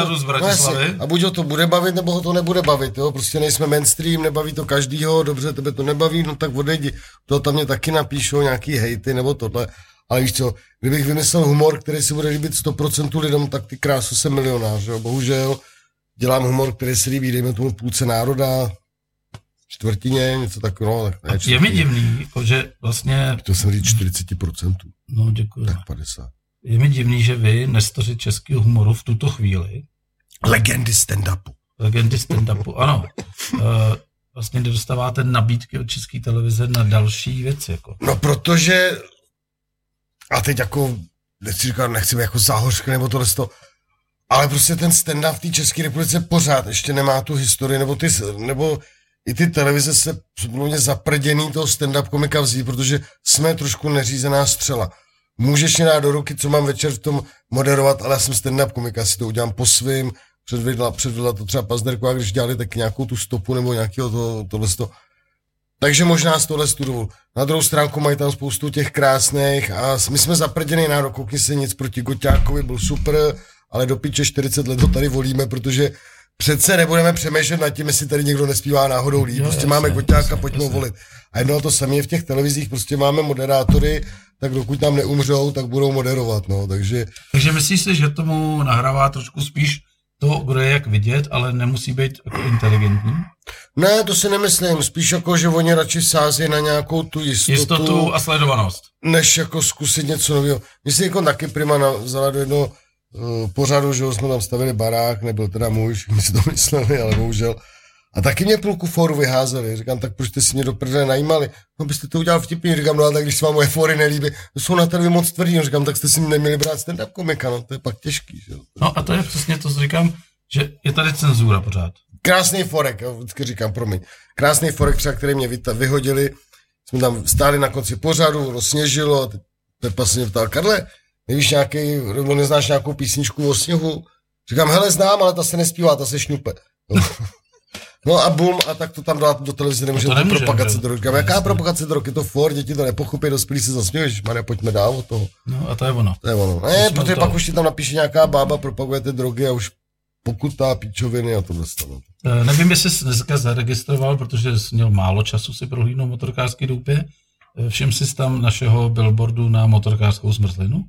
a buď ho to bude bavit, nebo ho to nebude bavit, jo? Prostě nejsme mainstream, nebaví to každýho, dobře, tebe to nebaví, no tak odejdi. To tam mě taky napíšou nějaký hejty nebo tohle, ale víš co, kdybych vymyslel humor, který si bude líbit 100% lidem, tak ty krásu jsem milionář, jo? Bohužel dělám humor, který se líbí, dejme tomu půlce národa, čtvrtině, něco takového. Tak je mi divný, že vlastně... To jsem říct 40%. No, děkuji. Tak 50. Je mi divný, že vy, nestoři českého humoru v tuto chvíli... Legendy stand-upu, ano. Vlastně nedostáváte nabídky od České televize na další věci, jako. No, protože... A teď jako... Nechci jako záhořky nebo tohle to... Ale prostě ten stand-up v té České republice pořád ještě nemá tu historii, nebo i ty televize se mě zaprděný toho stand-up komika vzít, protože jsme trošku neřízená střela. Můžeš mě dát do ruky, co mám večer v tom moderovat, ale já jsem stand-up komika, si to udělám po svým, předvedla to třeba Pazderková, když dělali taky nějakou tu stopu nebo nějakého tohleto. Takže možná z tohle studoval. Na druhou stránku mají tam spoustu těch krásných a my jsme zaprděný národ, koukni se, nic proti Goťákovi, byl super, ale do piče 40 let ho tady volíme, protože přece nebudeme přemýšlet nad tím, jestli tady někdo nespívá náhodou líp. Prostě jasně, máme Goťáka, pojďme ho volit. A jedno to samé v těch televizích, prostě máme moderátory, tak dokud tam neumřou, tak budou moderovat, no, takže... Takže myslíš si, že tomu nahrává trošku spíš to, kdo je jak vidět, ale nemusí být jako inteligentní? Ne, to si nemyslím, spíš jako, že oni radši sází na nějakou tu jistotu a sledovanost. Než jako zkusit něco nového. Myslím, jako taky Prima vzala do jednoho pořadu, že jsme tam stavili barák, nebyl teda můj, my si to mysleli, ale bohužel. A taky mě půlku fóru vyházeli. Říkám, tak proč jste si mě do prdele najímali? No byste to udělal vtipný. Říkám, no a tak když se vám moje fóry nelíbí, to jsou na televizi moc tvrdý. No, říkám, tak jste si neměli brát stand-up komika, no to je pak těžký. Že? No a to je přesně to, co říkám, že je tady cenzura pořád. Krásný forek, jo, vždycky říkám, promiň. Krásný forek třeba, který mě vyhodili. Jsme tam stáli na konci pořadu, rozsněžilo a Pepa se mě ptal, Karle, nevíš neznáš nějakou písničku o sněhu? Říkám, hele, znám, ale ta se nespívá, ta se šňupe. No a bum, a tak to tam dát do televize, nemůže to propagace drog. Říkám, jaká propagace drog? Je to for, děti to nepochopí, dospělí se zasměješ, Maria, pojďme dál od toho. No a to je ono. Ne, protože pak už ti tam napíše nějaká bába, propagujete drogy a už pokuta, píčoviny a tohle stane. Nevím, jestli jsi dneska zaregistroval, protože jsi měl málo času si prohlídnout motorkářský doupě. Všim jsi tam našeho billboardu na motorkářskou zmrzlinu?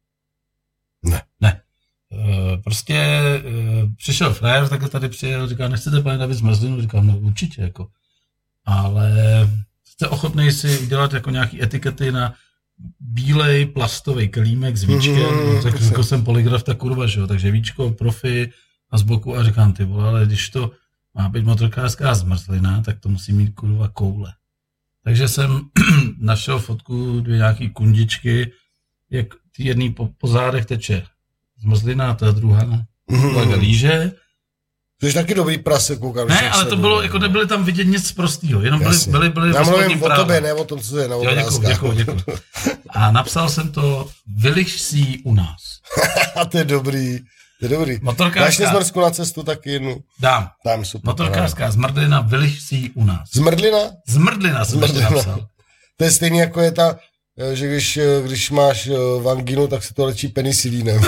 Ne. Prostě přišel frér, takhle tady přijel, říká, nechcete, pane David, zmrzlinu? Říkám, no určitě, jako. Ale jste ochotný si udělat jako nějaký etikety na bílej plastový kelímek s víčkem, jako jsem polygraf, ta kurva, že jo, takže víčko, profi a z boku a říkám, ty vole, ale když to má být motorkářská zmrzlina, tak to musí mít kurva koule. Takže jsem našel fotku, 2 nějaký kundičky, jak ty jedný po zádech teče zmrzlina a ta druhá líže. To je taky dobrý prase, koukám. Ne, ale to bylo, jako nebyli tam vidět nic prostýho, jenom byli já mluvím o tobě, ne o tom, co je na obrázkách. Děkuji. A napsal jsem to, vyliš si ji u nás. To je dobrý. Dáš mě zmrzku na cestu taky jednu? Dám. Super. Motorkářská zmrdlina, vyliš si ji u nás. Zmrdlina? Zmrdlina jsem to napsal. To je stejný jako je ta, že když máš vanginu, tak se to léčí penicilínem.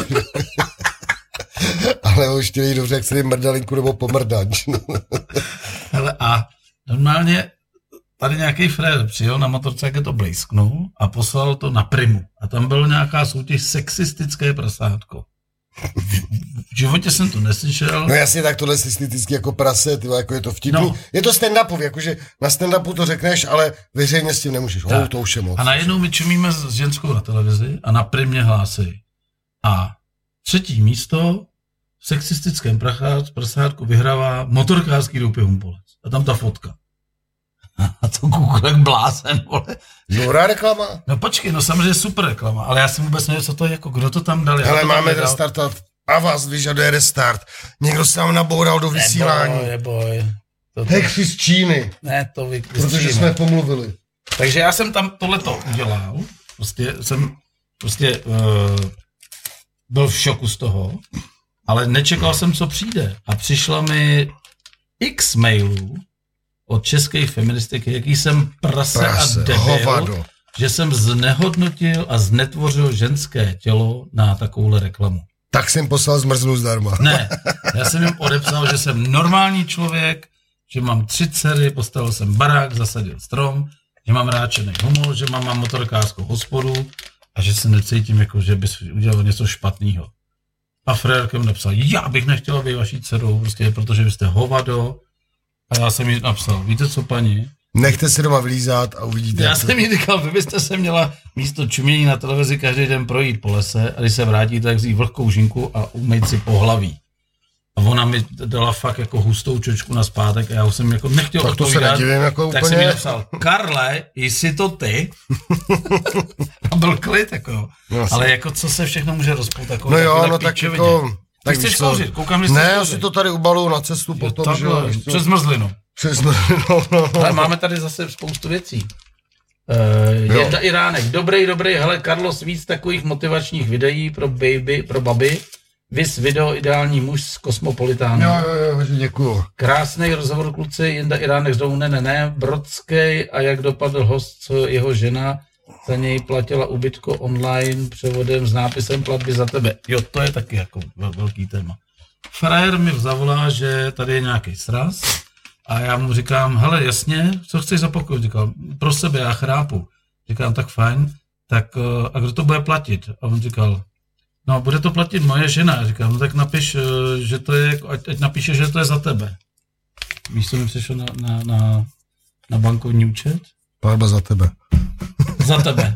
Ale už chtěli dobře, jak se jde mrdalinku nebo pomrdač. Hele, a normálně tady nějaký frér přijel na motorce, jak je to blejsknul a poslal to na Primu. A tam bylo nějaká soutěž sexistické prasátko. V životě jsem to neslyšel. No jasně, tak tohle sexistický jako prase, tyhle, jako je to vtipný. No. Je to stand-upový, jakože na stand-upu to řekneš, ale veřejně s tím nemůžeš. To už je moc. A najednou my čumíme s ženskou na televizi a na Primě hlásí. A 3. místo v sexistickém prasátku vyhrává motorkářský doupě Humpolec. A tam ta fotka. A to kukulek blázen, vole. Dobrá reklama? No počkej, no samozřejmě super reklama, ale já jsem vůbec nevím, co to je, jako kdo to tam dal. Ale máme restartovat a vás vyžaduje restart. Někdo se nám naboural do vysílání. Neboj. Hexy z Číny. Ne, to protože jsme pomluvili. Takže já jsem tam tohleto udělal. Prostě byl v šoku z toho. Ale nečekal jsem, co přijde. A přišlo mi x mailů od českých feministek, jaký jsem prase a debil, hovado. Že jsem znehodnotil a znetvořil ženské tělo na takovouhle reklamu. Tak jsem poslal zmrzlou zdarma. Ne, já jsem jim odepsal, že jsem normální člověk, že mám 3 dcery, postavil jsem barák, zasadil strom, že mám ráčený humor, že mám motorkářskou hospodu a že se necítím, jako, že bys udělal něco špatného. A frérkem napsal, já bych nechtěla být vaší dcerou, prostě protože vy jste hovado. A já jsem jí napsal, víte co, paní? Nechte se doma vlízat a uvidíte. Já jsem jí říkal, vy byste se měla místo čumění na televizi každý den projít po lese a když se vrátíte, tak vzít vlhkou žinku a umýt si pohlaví. A ona mi dala fakt jako hustou čočku na zpátek a já už jsem jako nechtěl tak odpovídat. To se nedivím jako tak úplně. jsem jí napsal, Karle, jsi to ty? A byl klid, jako. No, ale jako co se všechno může rozpoutat, jako no jo, no tak jako... Tak chceš kouřit, koukám, že ne, já si to tady ubaluju na cestu potom, že jo. Přes Zmrzlinu. Přes Zmrzlinu, no. Ale máme tady zase spoustu věcí. Jenda Iránek, dobrý, hele, Carlos, víc takových motivačních videí pro baby, vys video Ideální muž z Kosmopolitánu. Jo, děkuju. Krásný rozhovor, kluci, Jenda Iránek znovu ne, Brodskej a jak dopadl host, co jeho žena za něj platila ubytko online převodem s nápisem platby za tebe. Jo, to je taky jako velký téma. Frajer mi zavolá, že tady je nějaký sraz a já mu říkám, hele, jasně, co chceš za pokoj? Říkám, pro sebe, já chrápu. Říkám, tak fajn, tak a kdo to bude platit? A on říkal, no, bude to platit moje žena. Říkám, no tak napiš, že to je, ať napíše, že to je za tebe. Víš, co mi přišlo na bankovní účet? Platba za tebe. Za tebe.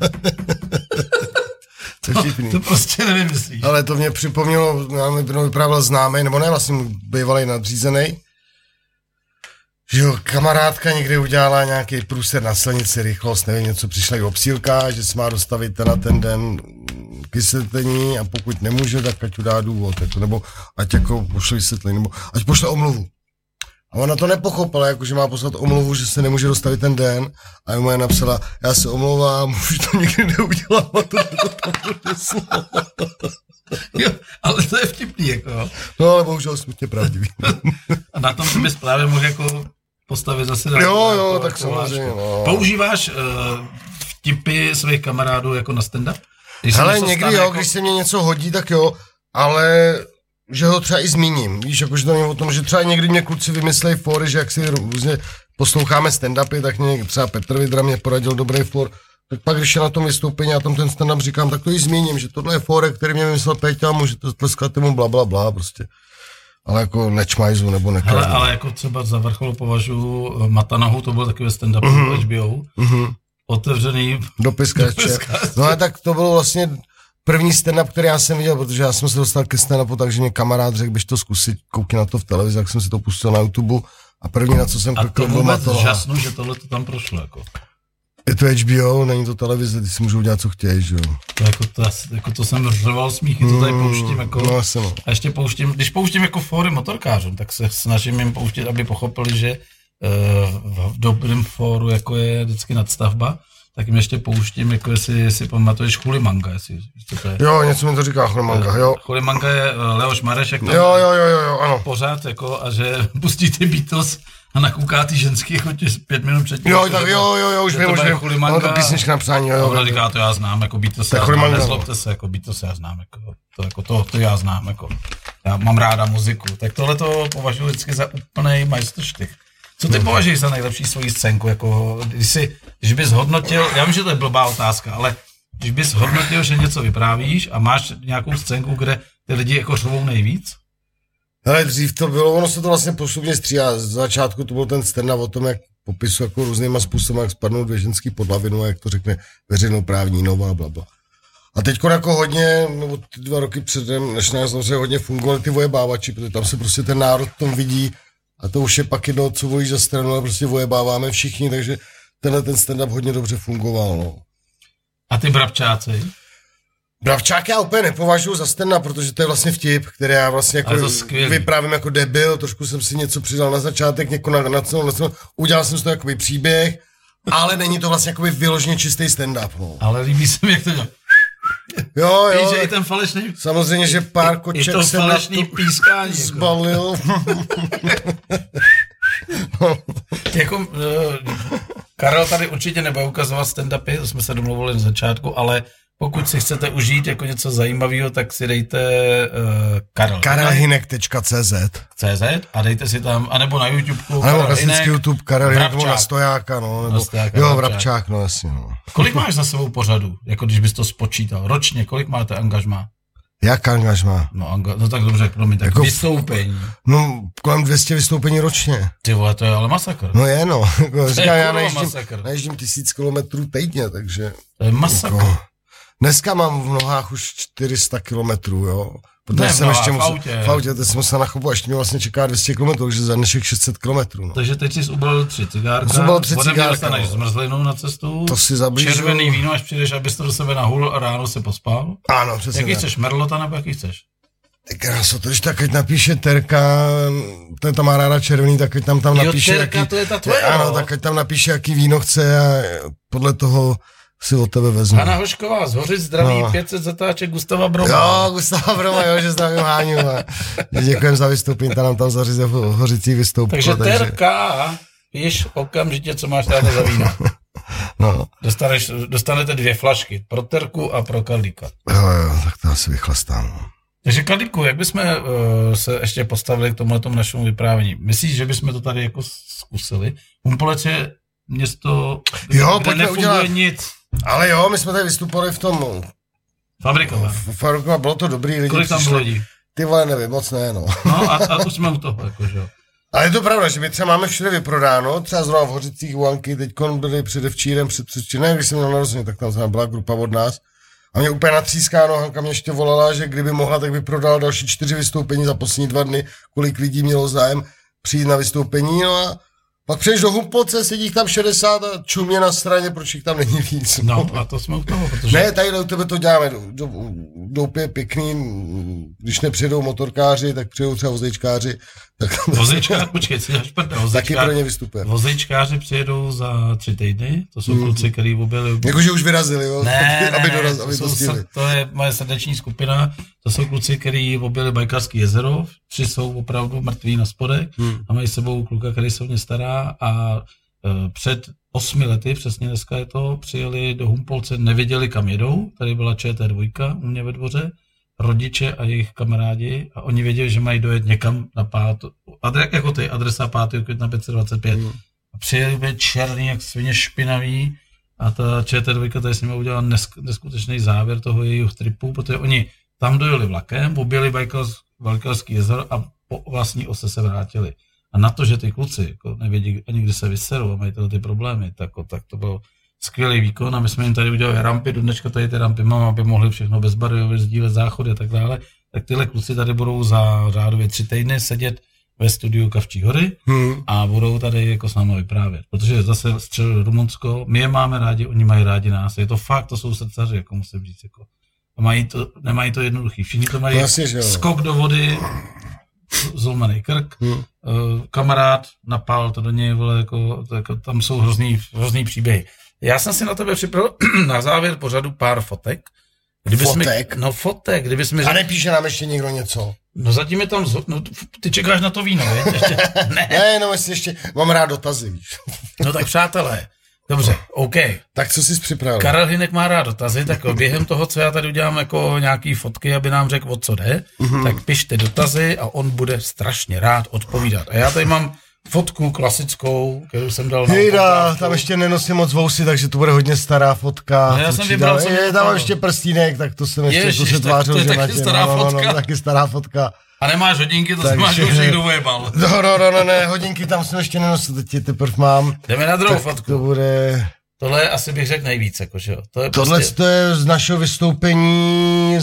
To prostě nevymyslíš. Ale to mě připomnělo, nám vyprávěl známej, nebo ne, vlastně bývalý nadřízenej, že jo, kamarádka někde udělala nějaký průser na silnici, rychlost, nevím, něco přišla i obsílka, že se má dostavit na ten den vysvětlení a pokud nemůže, tak ať udá důvod, jako, nebo ať jako pošle vysvětlení, nebo ať pošle omluvu. A ona to nepochopila, jako že má poslat omluvu, že se nemůže dostavit ten den a mu je napsala, já se omlouvám, už to nikdy neudělám a to Jo, ale to je vtipný, jako. No, ale bohužel smutně pravdivý. A na tom si bys právě mohl jako postavit zase... Jo, tak samozřejmě. No. Používáš vtipy svých kamarádů jako na stand-up? Hele, někdy jo, jako... když se mě něco hodí, tak jo, ale... že ho třeba i zmíním, víš, jakože to není o tom, že třeba někdy mě kluci vymyslejí fóry, že jak si různě posloucháme stand-upy, tak mě třeba Petr Vidra mě poradil dobrý fór, tak pak když je na tom vystoupení a tam ten stand-up říkám, tak to i zmíním, že tohle je fórek, který mě vymyslel Péťa, můžete tleskat tomu blablabla, prostě. Ale jako nečmajzu nebo nekážu. Ale jako třeba za vrchol považuji Matanahu, to byl takový stand-up HBO, otevřený dopis. No a tak to bylo vlastně první stand-up, který já jsem viděl, protože já jsem se dostal ke stand-upu, takže mě kamarád řekl, běž to zkusit, koukni na to v televizi, tak jsem si to pustil na YouTube a první, na co jsem klikl, byl Matanaha. A to žasnu, že tohle to tam prošlo, jako. Je to HBO, není to televize, ty si můžou dělat, co chtějí, že jo. To jsem řval smíchy, to tady pouštím, jako. No, a ještě pouštím, když pouštím jako fóry motorkářům, tak se snažím jim pouštět, aby pochopili, že v dobrém fóru, jako je vždycky nadstavba, tak jim ještě pouštím, jako jestli si pamatuješ Chulimanga, jestli to je. Jo, něco mi to říká Chulimanga, jo. Chulimanga je Leoš Mareš, jak tam jo, ano. Pořád, jako, a že pustíš ty Beatles a nakouká ty ženský jako 5 minut předtím. Jo, tak jo, už vím. Ono to písnička napsání, jo. Ona říká, to já znám, jako Beatles já znám, nezlobte se, jako Beatles já znám, to já znám, jako. Já mám ráda muziku, tak tohle to považuji vždycky za úplnej majstrštych. Co ty považuješ za nejlepší svoji scénku, jako, když bys hodnotil, já vím, že to je blbá otázka, ale když bys hodnotil, že něco vyprávíš a máš nějakou scénku, kde ty lidi jako řvou nejvíc? Hele, dřív to bylo, ono se to vlastně postupně stříhá, z začátku to byl ten stand-up o tom, jak popisu jako různýma způsoby, jak spadnou 2 ženský pod lavinu a jak to řekne veřejnoprávní nová blabla. A teďko jako hodně, nebo ty 2 roky předem, než nás hodně fungovaly ty vojebávači, protože tam se prostě ten národ v tom vidí. A to už je pak jedno, co volíš za stranu, a prostě vojebáváme všichni, takže tenhle ten stand-up hodně dobře fungoval, no. A ty Brabčáci? Bravčák já úplně nepovažuji za stand-up, protože to je vlastně vtip, který já vlastně jako vyprávím jako debil, trošku jsem si něco přidal na začátek, udělal jsem z toho jakoby příběh, ale není to vlastně jakoby vyloženě čistý stand-up, no. Ale líbí se mi, jak to dělá. Jo. Víš, že i ten falešný... Samozřejmě, že pár koček se na to pískání zbalil. Jako, Karel tady určitě nebude ukazovat stand-upy, to jsme se domluvili na začátku, ale pokud si chcete užít jako něco zajímavého, tak si dejte karelhinek.cz a dejte si tam, anebo na YouTube. A nebo klasický YouTube Karel Hinek, nebo na Stojáka, no, nebo Vrabčák, no jasně, no. Kolik máš za sebou pořadu, jako když bys to spočítal, ročně, kolik máte angažmá? Jak angažmá? No tak dobře, promiň, tak jako vystoupení. No, kolem 200 vystoupení ročně. Ty vole, to je ale masakr. No je, no. Říkám, já najíždím 1000 kilometrů týdně, takže... To je masakr. Jako, dneska mám v nohách už 400 kilometrů, jo. Protože ne, jsem ještě v autě, teď jsem musel na chobu, ještě mě vlastně čeká 200 kilometrů, takže za dnešek 600 kilometrů, no. Takže teď jsi ubalil 3 cigárka, dostaneš zmrzlinu na cestu, to si zablížu. Červený víno, až přijdeš, abys to do sebe nahul a ráno se pospal. Ano, přesně. Jaký chceš, Merlota nebo jaký chceš? Ty kráso, to když tak, ať napíše Terka, to tam má ráda červený, tak ať tam napíše, Terka, jaký, to je ta tvoje, ano, tak ať tam napíše, jaký víno chce a podle toho si od tebe vezmu. Hana Hošková, z Hořic zdraví, 500 zatáček Gustava Broma. Jo, Gustava Broma, jo, že zdravím Háňu. Děkujem za vystoupení, ta nám tam zaříze v Hořicí vystoupila. Takže Terka, víš okamžitě, co máš tady za víno. No. Dostanete 2 flašky, pro Terku a pro Karlíka. Jo, tak to asi vychlastám. Takže Karlíku, jak bychom se ještě postavili k tomuhletomu našemu vyprávění? Myslíš, že bychom to tady jako zkusili? Humpolec je město, kde nefunguje nic. Ale jo, my jsme tady vystupovali v tom... Fabrikové. Fabrikové, bylo to dobrý, lidi kolik tam bylo lidí? Ty vole, nevím, moc ne, no. No a už jsme u toho, jakože jo. Ale je to pravda, že my třeba máme všude vyprodáno, třeba zrovna v Hořicích Ulanky, teďkon byli předevčírem, předevčírem, když jsem měl narozeně, tak tam byla grupa od nás. A mě úplně natřískáno, Hanka mě ještě volala, že kdyby mohla, tak by prodala další 4 vystoupení za poslední 2 dny, kolik lidí mělo zájem přijít na vystoupení, no a pak přejdeš do Humpolce, sedí tam 60 a čumě na straně, proč jich tam není víc. No a to jsme u toho, protože... Ne, tady u tebe to děláme, doupě pěkný, když nepřijedou motorkáři, tak přijedou třeba vozejčkáři. Vozejčkáři, počkej, si dáš prdel. Taky pro ně vystupuje. Vozejčkáři přijedou za 3 týdny, to jsou kluci, který objeli... Jakože už vyrazili, jo? aby to je moje srdeční skupina, to jsou kluci, který objeli Bajkarský jezero, 3 jsou opravdu mrtví na spodek a mají s sebou kluka, který se o ně stará a před 8 lety, přesně dneska je to, přijeli do Humpolce, nevěděli kam jedou, tady byla ČT2 u mě ve dvoře, rodiče a jejich kamarádi a oni věděli, že mají dojet někam na jako ty, adresa 5. května 525. A přijeli by černý, jak svině špinavý a ta ČT2 tady s nimi udělala neskutečný závěr toho jejího tripu, protože oni tam dojeli vlakem, objeli Bajkalský jezero a po vlastní ose se vrátili. A na to, že ty kluci jako nevědí ani kdy se vyserou a mají ty problémy, tak to bylo skvělý výkon a my jsme jim tady udělali rampy, do dneška tady ty rampy mám, aby mohli všechno bezbarvě sdílet záchody a tak dále, tak tyhle kluci tady budou za řádově 3 týdny sedět ve studiu Kavčí hory a budou tady jako s námi vyprávět, protože zase střel Rumunsko, my je máme rádi, oni mají rádi nás, je to fakt, to jsou srdcaři, jako musím říct, jako. A nemají to jednoduchý, všichni to mají skok do vody, zlomený krk, kamarád napál to do něj, vole, jako tam jsou hrozný příběhy. Já jsem si na tebe připravil na závěr pořadu pár fotek. Fotek? Fotek, A nepíše nám ještě někdo něco? No zatím je tam, ty čekáš na to víno, víš? Ještě, ne, no ještě, mám rád dotazy, víš. No tak přátelé, dobře, OK. Tak co jsi připravil? Karel Hinek má rád dotazy, tak během toho, co já tady udělám jako nějaký fotky, aby nám řekl, o co jde, tak pište dotazy a on bude strašně rád odpovídat. A já tady mám fotku klasickou, kterou jsem dal na Hejda, tam ještě nenosím moc vousy, takže to bude hodně stará fotka. No, já jsem vybral, tam mám ještě prstínek, tak to jsem ještě se tvářil, že taky stará fotka. Taky stará fotka. A nemáš hodinky, to máš už někdo ujebal. No, ne, hodinky tam jsem ještě nenosil, teď je teprve mám. Jdeme na druhou fotku. To bude... Tohle asi bych řekl nejvíc, jakože jo. Tohle prostě... je z našeho vystoupení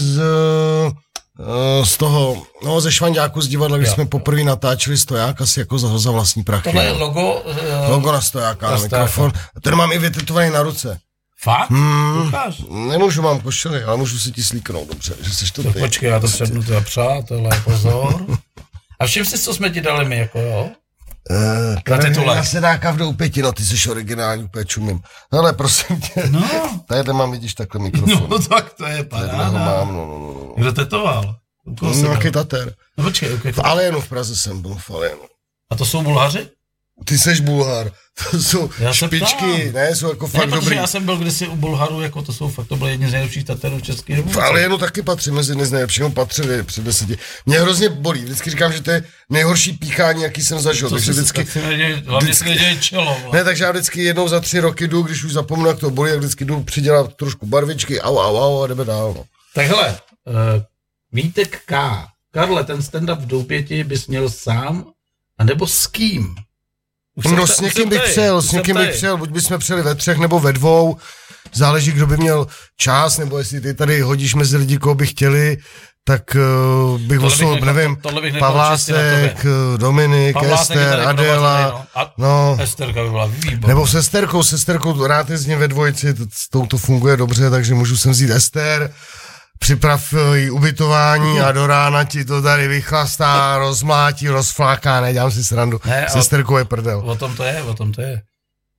z toho, no ze Švanďáku z divadla, když jsme poprvé natáčeli Stoják, asi jako za vlastní prachy. Tohle je logo... Logo na Stojáka, na mikrofon. A ten mám i vytetovaný na ruce. Fakt? Ukáž. Nemůžu, mám košili, ale můžu si ti slíknout, dobře, že seš to ty. Počkej, já to přednu teda přátelé, pozor. A všim si, co jsme ti dali my, jako jo? Karolina Sedáka v Doupěti, no ty jsi originální, úplně čumím. Ale prosím tě, tady mám, vidíš, takhle mikrofon. No tak to je paráda. Mám, no. Kdo tetoval? Nějaký Tater. No počkej, v Alénu v Praze jsem byl, v Alénu. A to jsou Bulhaři? Ty seš Bulhar, to jsou špičky, ne, jsou jako fakt dobrý. Já jsem byl kdysi u Bulharů, jako to jsou fakt, to byly jedni z nejlepších Taterů v České republice. V Alénu taky patří mezi jedny z nejlepších, patřili před 10. Mě hrozně bolí, vždycky říkám, že to je nejhorší píchání, jaký jsem zažil. Takže vždycky, hlavně si neděje čelo. Ne, takže já vždycky jednou za 3 roky jdu, když už zapomenu, jak to bolí, tak vždycky jdu přidělat trošku barvičky, au, a jdeme dál. No. Tak hele, Vítek K. Karle, ten stand-up v Doupěti bys měl sám, anebo s kým? No s někým bych přijel, buď bychom přijeli ve 3 nebo ve 2, záleží, kdo by měl čas, nebo jestli ty tady hodíš mezi lidi, koho by chtěli, tak bych oslovil, nevím, Pavlásek, Dominik, Ester, Adéla, no. Esterka by byla výborná. Nebo s Esterkou, rád jezdím ve 2, to funguje dobře, takže můžu sem vzít Ester, připrav jí ubytování a do rána ti to tady vychlastá, rozmlátí, rozfláká, nedělám si srandu. S Esterkou je prdel. O tom to je.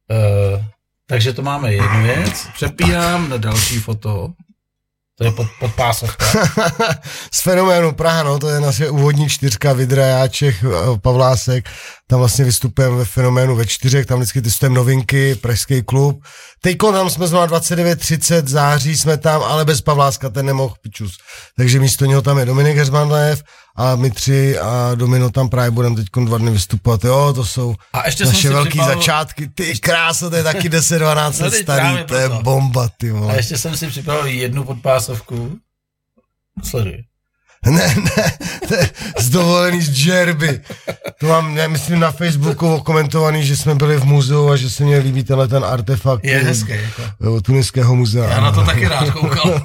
Takže to máme jednu věc. Přepínám na další foto. To je pod pásovka. Z Fenoménu Praha, no, to je naše úvodní 4, Vidra, Jáček, Pavlásek. Tam vlastně vystupujeme ve Fenoménu ve 4, tam vždycky testujeme novinky, pražský klub. Teďko tam jsme znovu 29:30 září jsme tam, ale bez Pavláska, ten nemohl pičus. Takže místo něho tam je Dominik Heřmanlev a my 3 a Domino tam právě budeme teď 2 dny vystupovat. Jo, to jsou naše velký začátky. Ty krása, to je taky 10-12 let starý, to je bomba, ty vole. A ještě jsem si připravil jednu podpásovku. Sleduj. Ne, to je zdovolený z Džerby. To mám, myslím, na Facebooku okomentovaný, že jsme byli v muzeu a že se mně líbí ten artefakt. Je hezký, jako. Tuniského muzea. Já na to taky rád koukal.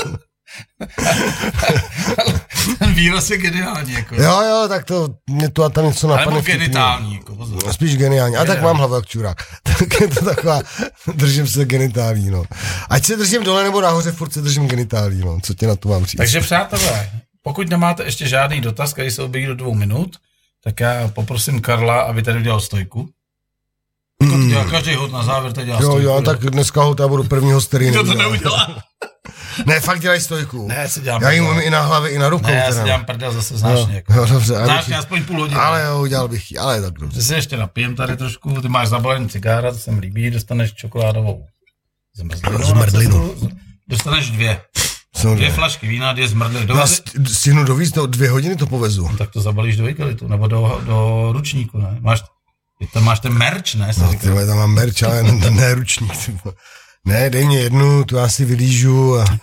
Ten výraz je geniální, jako. Jo, tak to, mě to a tam něco napadne. Ale genitální, jako, pozor. Spíš geniální. A tak mám hlavu jak čurák. Tak je to taková, držím se genitální, no. Ať se držím dole nebo nahoře, furt se držím genitální, no. Co tě na to mám říct? Takže přátelé, pokud nemáte ještě žádný dotaz, který se objeví do 2 minut, tak já poprosím Karla, aby tady udělal stojku. Jako to dělá každý hod na závěr, tady dělá stojku. Jo, tak dneska hod já budu prvního, který to neudělá. Ne, fakt dělej stojku. Ne, si dělám. Já jim umím i na hlavě, i na rukou. Ne, já si dělám prdel zase značně. Jako. No, dobře. Značně aspoň půl hodiny. Ale jo, udělal bych ji, ale tak dobře. Že si ještě napijem tady trošku, ty máš zabalený cigára, to se mi líbí, dostaneš čokoládovou zmrdlinu. Dostaneš 2. 2 flašky vína, 2 zmrdliny. Stihnu dovízt, 2 hodiny to povezu. No, tak to zabalíš do igelitu, nebo do ručníku, ne? Tam máš ten merch, ne? No, tyhle, tam mám merch, ale ne ručník. Ne, dej mě jednu, tu já si vylížu a...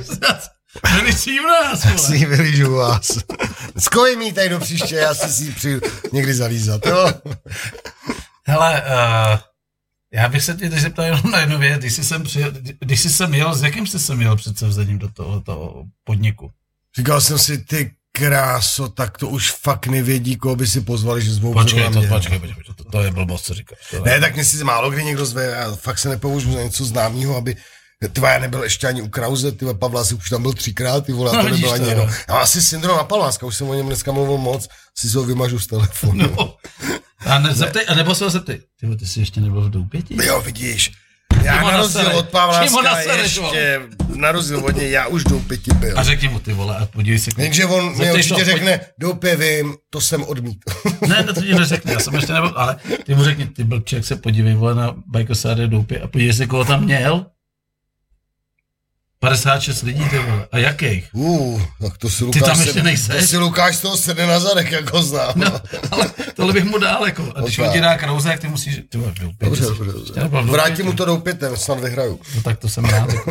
Já si ji vylížu vás. Skoj mi tady do příště, já si ji přijdu někdy zalízat, jo? Hele, já bych se tě teď zeptal jenom na jednu věc, když jsi sem jel, s jakým jsi sem jel před sevzením do tohoto podniku? Říkal jsem si, ty kráso, tak to už fakt nevědí, koho by si pozvali, že zvou Počkej, to je blbost, co říkáš. Ne, tak mě si málo kdy někdo zve, já fakt se nepovažuji za něco známýho, aby... Tyva, já nebyl ještě ani u Krause, tyva, Pavlásek už tam byl 3krát, ty vole, a to nebyl ani jedno. Já mám asi syndrom na Pavláska, už jsem o něm dneska mluvil moc, si se ho vymažu z telefonu. No. A nebo se ho zeptej, ty jsi ještě nebyl v Doupěti? Jo, vidíš. Já na rozdíl od Pavláska ještě, na rozdíl od něj, já už Doupěti byl. A řekni mu, ty vole, a podívej se. Takže on mi určitě řekne, Doupě vím, to jsem odmítl. Ne, to ti neřekne, já jsem ještě nebyl, ale ty mu řekni, ty blbček, se podívej, vole, na Bajkosáře Doupě a podívej se, koho tam měl. 56 lidí, ty vole. A jakých? Tak to si Lukáš... Ty tam ještě nejseš? To si Lukáš z toho sedne na zadek, jak ho znám. No, ale tohle bych mu dál, jako. A když on ti dá Krause, jak ty musíš... Ty vole, dobře. Vrátím mu to Doupětem, snad vyhraju. No tak to jsem rád, jako.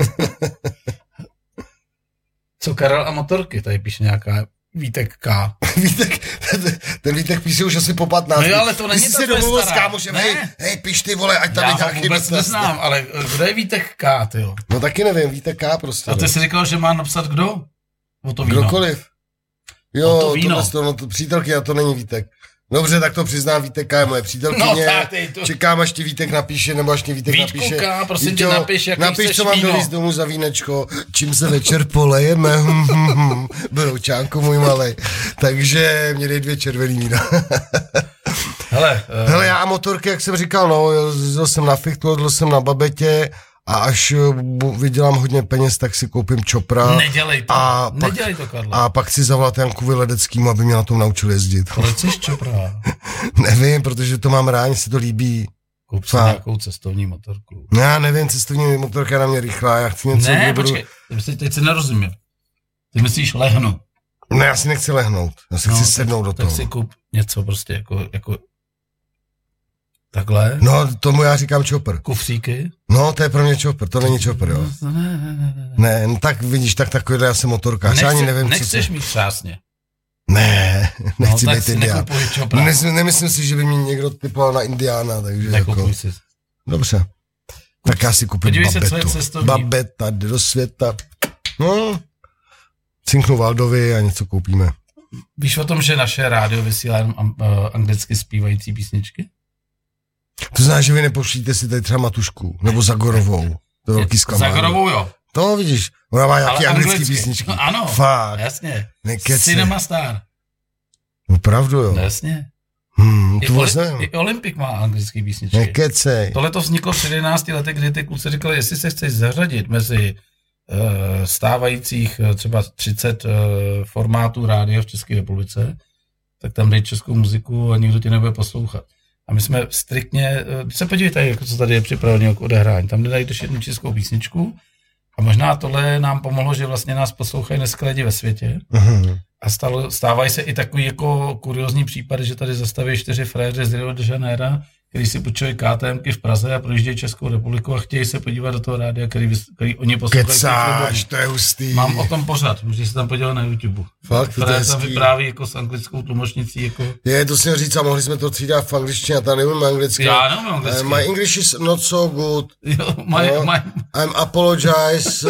Co Karel a motorky? Tady píše nějaká Vítek K. Ten Vítek píše už asi po 15. No jo, ale to není to, se domluvil s kámošem, hej, piš ty vole, ať tam nějaký vůbec neznám, ale kdo je Vítek K, tyjo? No taky nevím, Vítek K prostě. A ty jsi říkal, že má napsat kdo? O to víno. Kdokoliv. Jo, to víno. To přítelky, a to není Vítek. Dobře, tak to přiznám, Vítek K je moje přítelkyně. No, čekám, až ti Vítek napíše, nebo až ti Vítek napíše. K, prosím tě, napiš, jaký napiš, chceš co mám dovízt domů za vínečko, čím se večer polejeme. Broučánku můj malej. Takže mě dej 2 červený vína. Hele, já a motorky, jak jsem říkal, no, jezdil jsem na Fichtu, jezdil jsem na Babetě a až vydělám hodně peněz, tak si koupím čopra. Nedělej to, nedělej to, Karlo. A pak si zavolat Jankovi Ledeckýmu, aby mě na tom naučil jezdit. Proč jsi čopra? Nevím, protože to mám rád, se to líbí. Koup si nějakou cestovní motorku. Já nevím, cestovní motorka na mě rychlá, já chci něco... Ne, počkej, teď si nerozumím. Ty myslíš lehnout. Ne, já si nechci lehnout, já si chci sednout do toho. Tak si koup něco prostě jako takhle. No, tomu já říkám chopper. Kufříky. No, to je pro mě chopper, to není chopper, jo. Ne, no tak vidíš, tak takovýhle já jsem motorkář, já ani nevím, nechceš mít třásně. Ne, nechci být Indián. Nemyslím si, že by mě někdo typoval na Indiána, takže nekupuj si. Dobře. Tak já si koupím Babetu. Babeta jde do světa. No, cinknu Valdovi a něco koupíme. Víš o tom, že naše rádio vysílá jenom anglicky zpívající písničky? To znamená, že vy nepošlíte si tady třeba Matušku, nebo Zagorovou. To je velký zklamání. Zagorovou, jo. To vidíš, ona má nějaký anglický písničky. No, ano, fakt. Jasně. Nekeci. Cinema Star. Opravdu, jo. No, jasně. I Olympik má anglický písničky. Nekecej. Tohle to vzniklo před 11 lety, kdy ty kluci říkali, jestli se chceš zařadit mezi stávajících třeba 30 formátů rádia v České republice, tak tam dej českou muziku a nikdo tě nebude poslouchat. A my jsme striktně, se podívejte, co tady je připravené k odehrání. Tam nedajdeš jednu českou písničku a možná tohle nám pomohlo, že vlastně nás poslouchají dneska lidi ve světě. Uh-huh. A stávají se i takový jako kuriózní případy, že tady zastaví 4 fréři z Rio de Janeiro, který si půjčují KTMky v Praze a projíždějí Českou republiku a chtějí se podívat do toho rádia, který oni poslouchají. Kecáš, to je hustý. Mám o tom pořád, můžeš se tam podívat na YouTube. Fakt, to je tam vypráví jako s anglickou tlumočnicí. Jako... Je, to si říct, a mohli jsme to třídat v angličtině, a ta nevím anglicky. Já nevím anglicky. My English is not so good. Jo, I'm apologize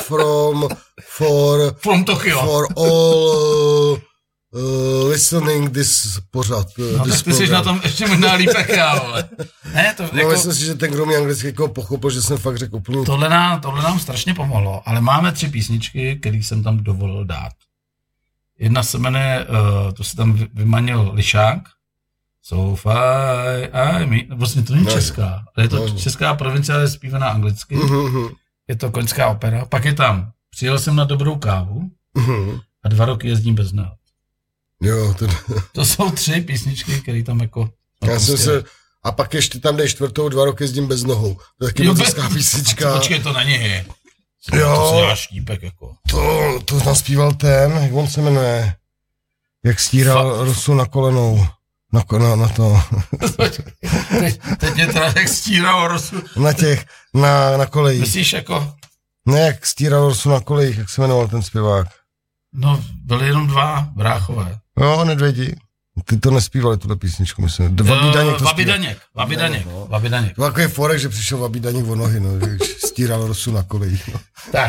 from Tokyo. For all listening this pořad. No tak ty jsi na tom ještě možná líp jak já, ale. Ne, to no, jako... myslím si, že ten, kdo mě anglicky jako pochopil, že jsem fakt řekl úplně... Tohle nám strašně pomohlo, ale máme 3 písničky, které jsem tam dovolil dát. Jedna se jmenuje, to si tam vymanil Lišák, So far, vlastně to není česká, ale je to česká provincia, je zpívaná anglicky, je to koňská opera, pak je tam Přijel jsem na dobrou kávu a 2 roky jezdím bez náhod. Jo, to jsou 3 písničky, které tam jako... Já jsem se... A pak ještě tam dej 4. 2 roky jezdím bez nohou. To je taky moc písnička. Počkej, to na něj. Jo. To si dáš štípek jako. To naspíval ten, jak on se jmenuje. Jak stíral Rosu na kolenou. Na to. Teď mě teda jak stíral Rosu. Na kolejích. Myslíš jako... Ne, jak stíral Rosu na kolejích, jak se jmenoval ten zpěvák. No, byly jenom 2 bráchové. Jo, Nedvědi. Ty to nespívali, tuhle písničku, myslím. Vabidaněk. To byl takový forek, že přišel Vabidaněk o nohy, no, stíral Rosu na kolejích. No. Tak,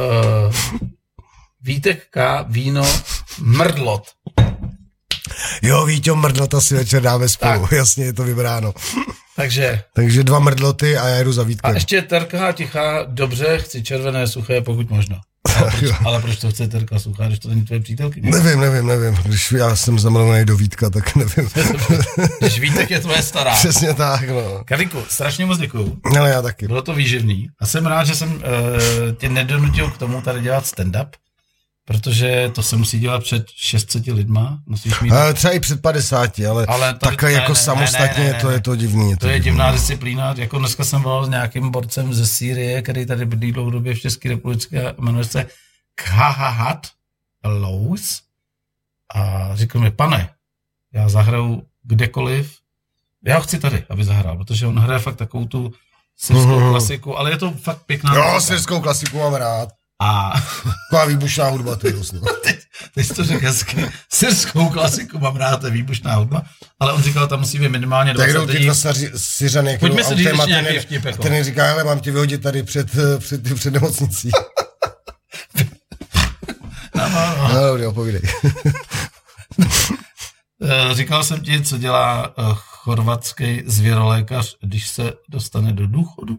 Vítek K. Víno Mrdlot. Jo, Víťo Mrdlota si večer dáme spolu, tak. Jasně, je to vybráno. Takže 2 mrdloty a já jedu za Vítkem. A ještě Terka tichá, dobře, chci červené suché, pokud možno. Ale proč to chce Terka suchá, když to není tvoje přítelky? Nevím. Když já jsem zamilovaný do Vítka, tak nevím. Když Vítek je tvoje stará. Přesně tak, no. Karlíku, strašně moc děkuju. Ale já taky. Bylo to výživný. A jsem rád, že jsem tě nedonutil k tomu tady dělat stand-up, protože to se musí dělat před 600 lidma. Musíš mít... Třeba i před 50, ale takhle jako samostatně to je to divný. To je divná disciplína. Jako dneska jsem volal s nějakým borcem ze Sýrie, který tady bydlí dlouhodobě v České republice a jmenuje se Khahat Lous. A říkal mi, pane, já zahraju kdekoliv, já ho chci tady, aby zahrál, protože on hraje fakt takovou tu syrskou klasiku, ale je to fakt pěkná. Jo, syrskou klasiku mám rád. A taková výbušná hudba, to je vlastně. Teď jsi to řekl hezky. Syrskou klasiku mám rád, to je výbušná hudba, ale on říkal, tam musí být minimálně 20 lidí. Tak jdou ty 2 Syřany, pojďme se říct nějaký vtip. A ten říká, hele, mám tě vyhodit tady před nemocnicí. No, dobrý, opovídej. Říkal jsem ti, co dělá chorvatský zvěrolékař, když se dostane do důchodu.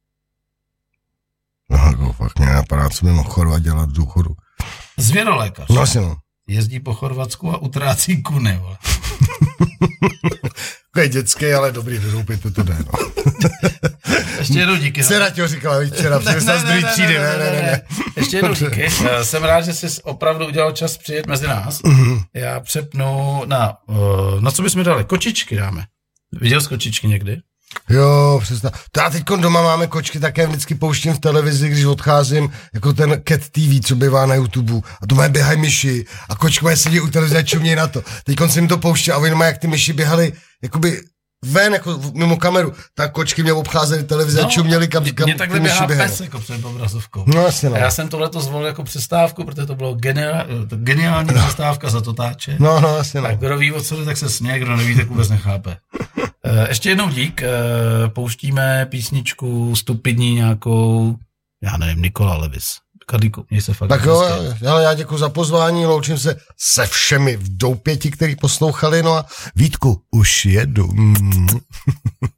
No, jako fakt mě napadá, co by mohl Chorvat dělat v důchodu. Zvěrolékař. No, asi no. Jezdí po Chorvatsku a utrácí kuny, vole. Takový dětský, ale dobrý, vyroupit to jde, no. Ještě jednou díky. Dcera ti ho říkala, včera, přišel z druhé třídy, ne. Ještě jednou díky. Jsem rád, že jsi opravdu udělal čas přijet mezi nás. Já přepnu na co bychom dali? Kočičky dáme. Viděl jsi kočičky někdy? Jo, přesně. To já teďko doma máme kočky, také vždycky pouštím v televizi, když odcházím, jako ten Cat TV, co bývá na YouTube. A to mají běhají myši a kočky mají sedí u televize a čumějí na to. Teďko jsem jim to pouštěl a oni mají, jak ty myši běhali, jakoby ven, jako mimo kameru, tak kočky mě obcházely televize a čuměli, kam mě takhle běhá pes, jako před obrazovkou. No, asi no. A já jsem tohleto zvolil jako přestávku, protože to bylo geniální přestávka za totáče. No, asi no. Tak kdo ví, o co jde, tak se směje, kdo neví, tak vůbec nechápe. Ještě jednou dík, pouštíme písničku stupidní nějakou, já nevím, Nikola Levis. Kadíku, měj se fakt. Tak jo, já děkuji za pozvání, loučím se se všemi v doupěti, kteří poslouchali, no a Vítku, už jedu.